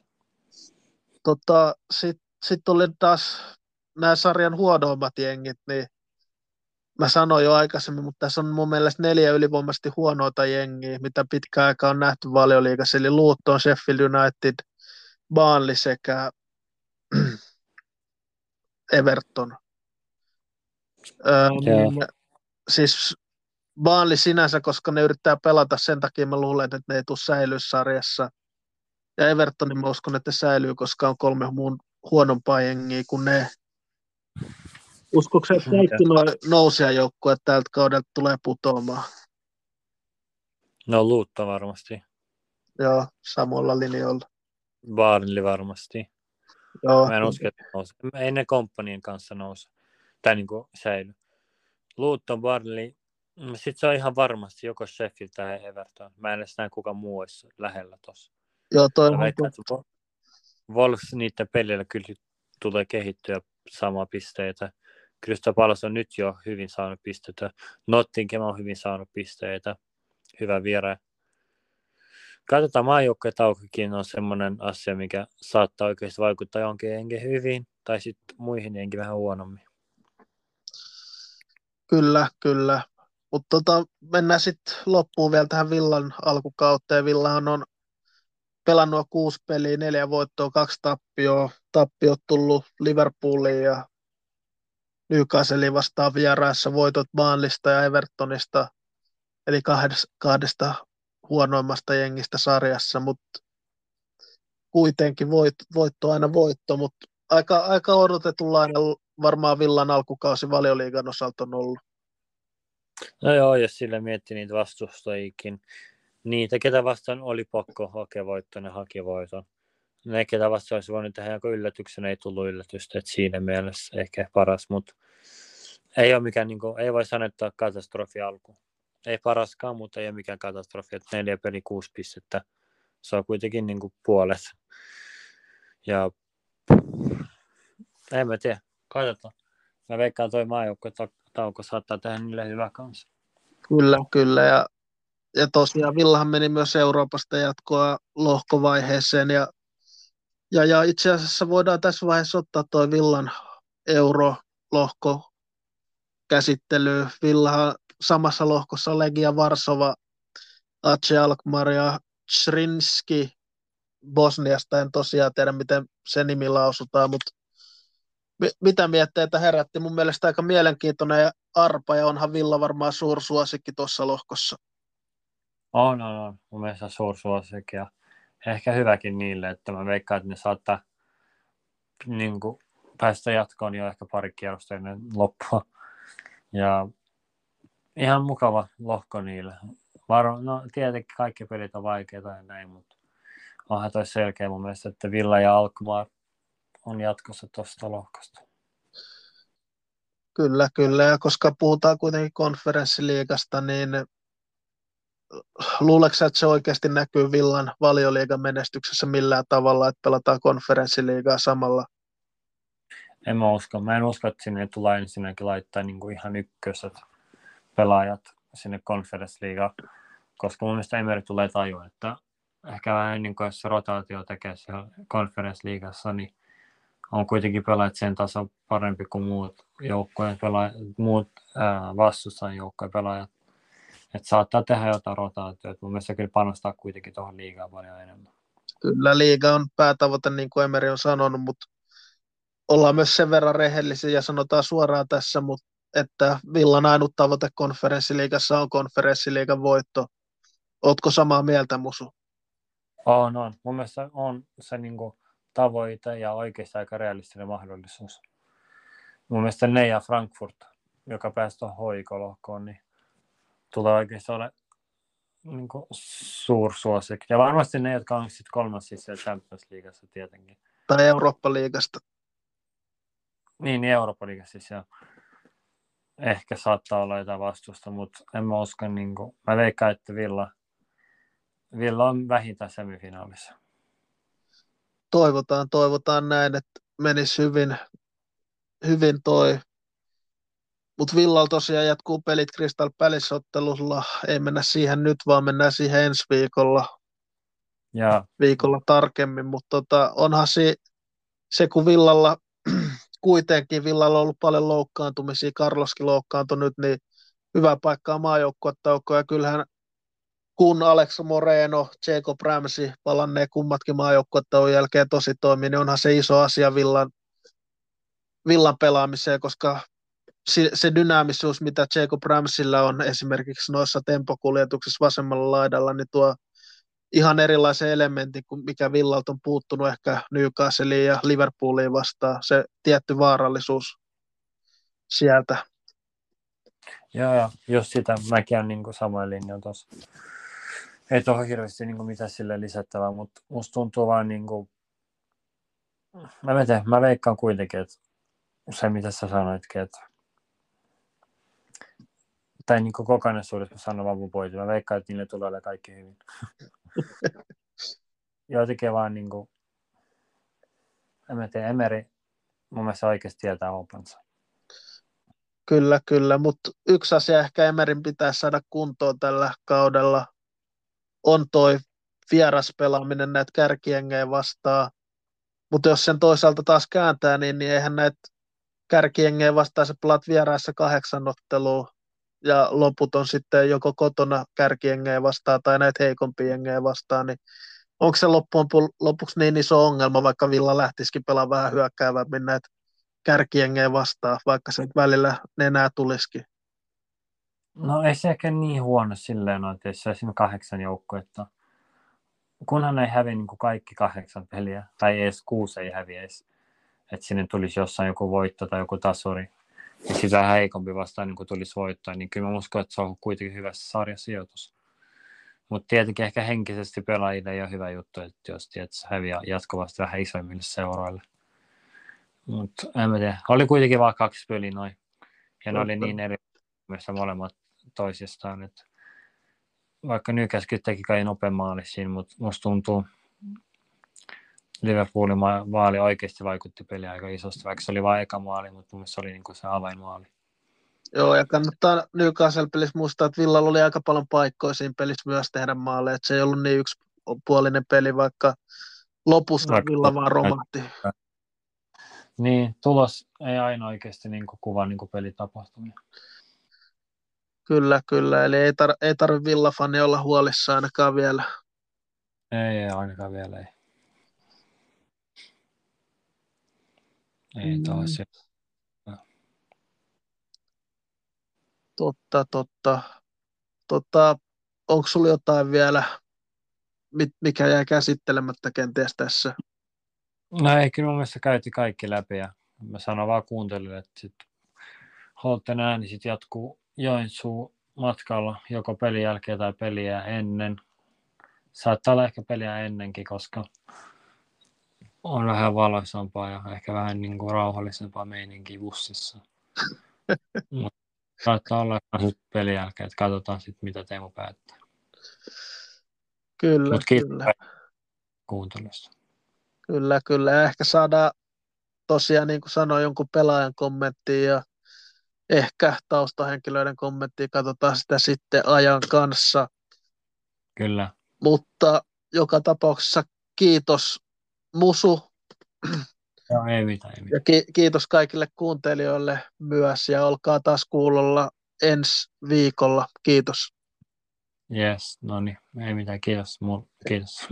Sitten oli taas nämä sarjan huonoimmat jengit, niin mä sanoin jo aikaisemmin, mutta tässä on mun mielestä 4 ylivoimaisesti huonoita jengiä, mitä pitkään aikaa on nähty Valioliigassa, eli Luton, Sheffield United, Burnley sekä Everton. Niin, siis Burnley sinänsä, koska ne yrittää pelata, sen takia mä luulen, että ne ei tule säilyä sarjassa. Ja Evertonin mä uskon, että säilyy, koska on 3 muun huonompaa jengiä kuin ne. Uskoiko että kaikki nousijajoukkueet tältä kaudelta tulee putoamaan? No Luutto varmasti. Joo, samoilla linjoilla. Burnley varmasti. Joo. Mä en usko, että nouse. Ei ne komppanien kanssa nouse. Tai niinku säily. Luutton, Burnley. Sitten se on ihan varmasti joko Sheffield tai Everton. Mä en edes näe kuka muu olisi lähellä tossa. Joo, toi on Wolves niiden pelillä kyllä tulee kehittyä samaa pisteitä. Crystal Palace on nyt jo hyvin saanut pisteitä. Nottingham on hyvin saanut pisteitä. Hyvä vierä. Katsotaan, maajoukkojen taukokin on semmoinen asia, mikä saattaa oikeasti vaikuttaa johonkin jenkin hyvin, tai sitten muihin jenkin vähän huonommin. Kyllä. Mutta mennään sitten loppuun vielä tähän Villan alkukauteen. Villahan on pelannut 6 peliä, 4 voittoa, 2 tappioa. Tappiot tullut Liverpooliin ja Newcastlein vastaan vieraissa, voitot Burnleysta ja Evertonista, eli kahdesta huonoimmasta jengistä sarjassa, mutta kuitenkin voitto aina voitto, mutta aika odotetunlainen varmaan Villan alkukausi Valioliigan osalta on ollut. No joo, jos sillä miettii niitä vastustajikin. Niitä, ketä vastaan oli pakko hakea voitto, ne haki voiton. Ne, ketä vastaan olisi voinut tehdä jonkun yllätyksen, ei tullut yllätystä, että siinä mielessä ehkä paras, mutta ei ole mikään, niin kuin, ei voi sanoa, että katastrofi alku. Ei paraskaan, mutta ei ole mikään katastrofi, että 4 peli 6 pistettä. Se on kuitenkin niin kuin puolet. Ja en mä tiedä, katsotaan. Mä veikkaan toi maajoukko saattaa tehdä niille hyvä kanssa. Kyllä. Ja tosiaan Villahan meni myös Euroopasta jatkoa lohkovaiheeseen. Ja itse asiassa voidaan tässä vaiheessa ottaa toi Villan eurolohko käsittelyyn. Villahan samassa lohkossa Legia Varsova, AC Alkmaar ja Zrinjski Bosniasta. En tosiaan tiedä, miten se nimi lausutaan, mutta mitä mietteitä herätti? Mun mielestä aika mielenkiintoinen arpa, ja onhan Villa varmaan suursuosikki tuossa lohkossa. On. Mun mielestä suursuosikki ja ehkä hyväkin niille, että mä veikkaan, että ne saattaa niin kuin, päästä jatkoon jo ehkä pari kierrosta ennen loppua. Ja ihan mukava lohko niille. No tietenkin kaikki pelit on vaikeita ja näin, mutta onhan toi selkeä mun mielestä, että Villa ja Alkmaar on jatkossa tuosta lohkosta. Kyllä. Ja koska puhutaan kuitenkin konferenssiliigasta, niin luuleeko että se oikeasti näkyy Villan Valioliigan menestyksessä millään tavalla, että pelataan konferenssiliigaa samalla? Mä en usko, että sinne tulee ensinnäkin laittaa niin kuin ihan ykköset pelaajat sinne konferenssliigaan, koska mun mielestä Emery tulee tajua, että ehkä vähän ennen kuin jos se rotaatio tekee siellä konferenssliigassa, niin on kuitenkin pelaajat sen tason parempi kuin muut joukkojen pelaajat, vastustajan joukkojen pelaajat. Että saattaa tehdä jotain rotaatioita. Mun mielestä kyllä panostaa kuitenkin tuohon liigaan paljon enemmän. Kyllä liiga on päätavoite, niin kuin Emery on sanonut, mutta ollaan myös sen verran rehellisiä ja sanotaan suoraan tässä, mutta että Villan ainut tavoite konferenssiliigassa on konferenssiliigan voitto. Ootko samaa mieltä, Musu? On. Mun mielestä on se niinku tavoite ja oikeasti aika realistinen mahdollisuus. Mun mielestä ne ja Frankfurt, joka pääsi tuohon hoikolohkoon, niin tulee oikeasti olla niinku suursuosikki. Ja varmasti ne, jotka on sitten kolmansissa siellä Champions Leagueassa tietenkin. Tai Eurooppa-liigasta. Niin Eurooppa-liigassa siis ja ehkä saattaa olla jotain vastusta, mutta en mä usko, niinku, mä veikkaan, että Villa on vähintään semifinaalissa. Toivotaan näin, että menisi hyvin toi. Mutta Villalla tosiaan jatkuu pelit Crystal Palace-ottelulla. Ei mennä siihen nyt, vaan mennään siihen ensi viikolla tarkemmin. Mutta onhan se, kun Villalla kuitenkin Villalla on ollut paljon loukkaantumisia, Carloskin loukkaantui nyt, niin hyvä paikkaa maajoukkuetaukoon. Ja kyllähän kun Alex Moreno, Jacob Ramsey palannee kummatkin maajoukkuetauon jälkeen tosi toimii, niin onhan se iso asia Villan pelaamiseen, koska se dynaamisuus, mitä Jacob Ramseyllä on esimerkiksi noissa tempokuljetuksissa vasemmalla laidalla, niin tuo ihan erilaisen elementin kuin mikä Villalta on puuttunut ehkä Newcastleen ja Liverpooliin vastaan. Se tietty vaarallisuus sieltä. Joo, jos sitä mäkin olen niin samoin linjoilla tuossa. Ei tuohon hirveästi niin mitään sille lisättävää, mutta musta tuntuu vaan niin kuin, mä veikkaan kuitenkin, että se mitä sä sanoitkin, että tai niin kokonaisuudessa mä sanon vaan mun pointin. Mä veikkaan, että niille tulee olla kaikki hyvin. Jotenkin vaan niin kuin, en mä tiedä, Emery mun mielestä oikeasti tietää opansa. Kyllä, mutta yksi asia ehkä Emeryn pitäisi saada kuntoon tällä kaudella on toi vieraspelaaminen näitä kärkiengejä vastaan. Mutta jos sen toisaalta taas kääntää, niin eihän näitä kärkiengejä vastaan se pelaat vieraissa 8 ottelua ja loput on sitten joko kotona kärkiengejä vastaan tai näitä heikompia jengejä vastaan, niin onko se loppujen lopuksi niin iso ongelma, vaikka Villa lähtisikin pelaamaan vähän hyökkäävämmin näitä kärkiengejä vastaan, vaikka se välillä nenää tulisikin? No ei se ehkä niin huono silleen, että jos se olisi 8 joukkuetta. Kunhan ei häviä niin kuin kaikki 8 peliä, tai edes 6 ei häviä edes, että sinne tulisi jossain joku voitto tai joku tasuri, ja sitä heikompi vastaan niin tulisi voittoa, niin kyllä mä uskon, että se on kuitenkin hyvä sarjasijoitus. Mutta tietenkin ehkä henkisesti pelaajille ei ole hyvä juttu, että jos häviää jatkuvasti vähän isoimmille seuroille. Mutta en mä tiedä. Oli kuitenkin vain 2 peliä noin. Ja ne oli niin eri molemmat toisistaan, että vaikka Newcastle teki kai nopean maali siinä, mutta musta tuntuu Liverpoolin maali oikeasti vaikutti peliä aika isosti, vaikka se oli vain eka maali, mutta mun mielestä se oli niin kuin se avainmaali. Joo, ja kannattaa Newcastle-pelissä muistaa, että Villalla oli aika paljon paikkoja siinä pelissä myös tehdä maaleja, että se ei ollut niin yksipuolinen peli, vaikka lopussa Villa vaan romahti. Niin, tulos ei aina oikeasti niin kuin kuvaa niin kuin pelitapahtumia. Kyllä, eli ei tarvitse Villa-fani olla huolissaan ainakaan vielä. Ei ainakaan vielä, ei. Ei tosiaan. Totta. Onko sulla jotain vielä, mikä jää käsittelemättä kenties tässä? No ei, kyllä mun mielestä käytiin kaikki läpi ja mä sanon vaan kuuntelijoille, että sitten Holten ääni sitten jatkuu Joensuu matkalla joko pelin jälkeen tai peliä ennen. Saattaa olla ehkä peliä ennenkin, koska on vähän valoisampaa ja ehkä vähän niin kuin rauhallisempaa meininkiä bussissa. Saattaa olla pelin jälkeen, että katsotaan sitten mitä Teemu päättää. Kyllä. Kuuntelusta. Kyllä. Ja ehkä saadaan tosiaan niin kuin sanoin, jonkun pelaajan kommenttia ja ehkä taustahenkilöiden kommenttia, katsotaan sitä sitten ajan kanssa. Kyllä. Mutta joka tapauksessa kiitos Musu Joo, ei mitään. ja kiitos kaikille kuuntelijoille myös ja olkaa taas kuulolla ensi viikolla. Kiitos. Yes, no niin, ei mitään, kiitos. Kiitos.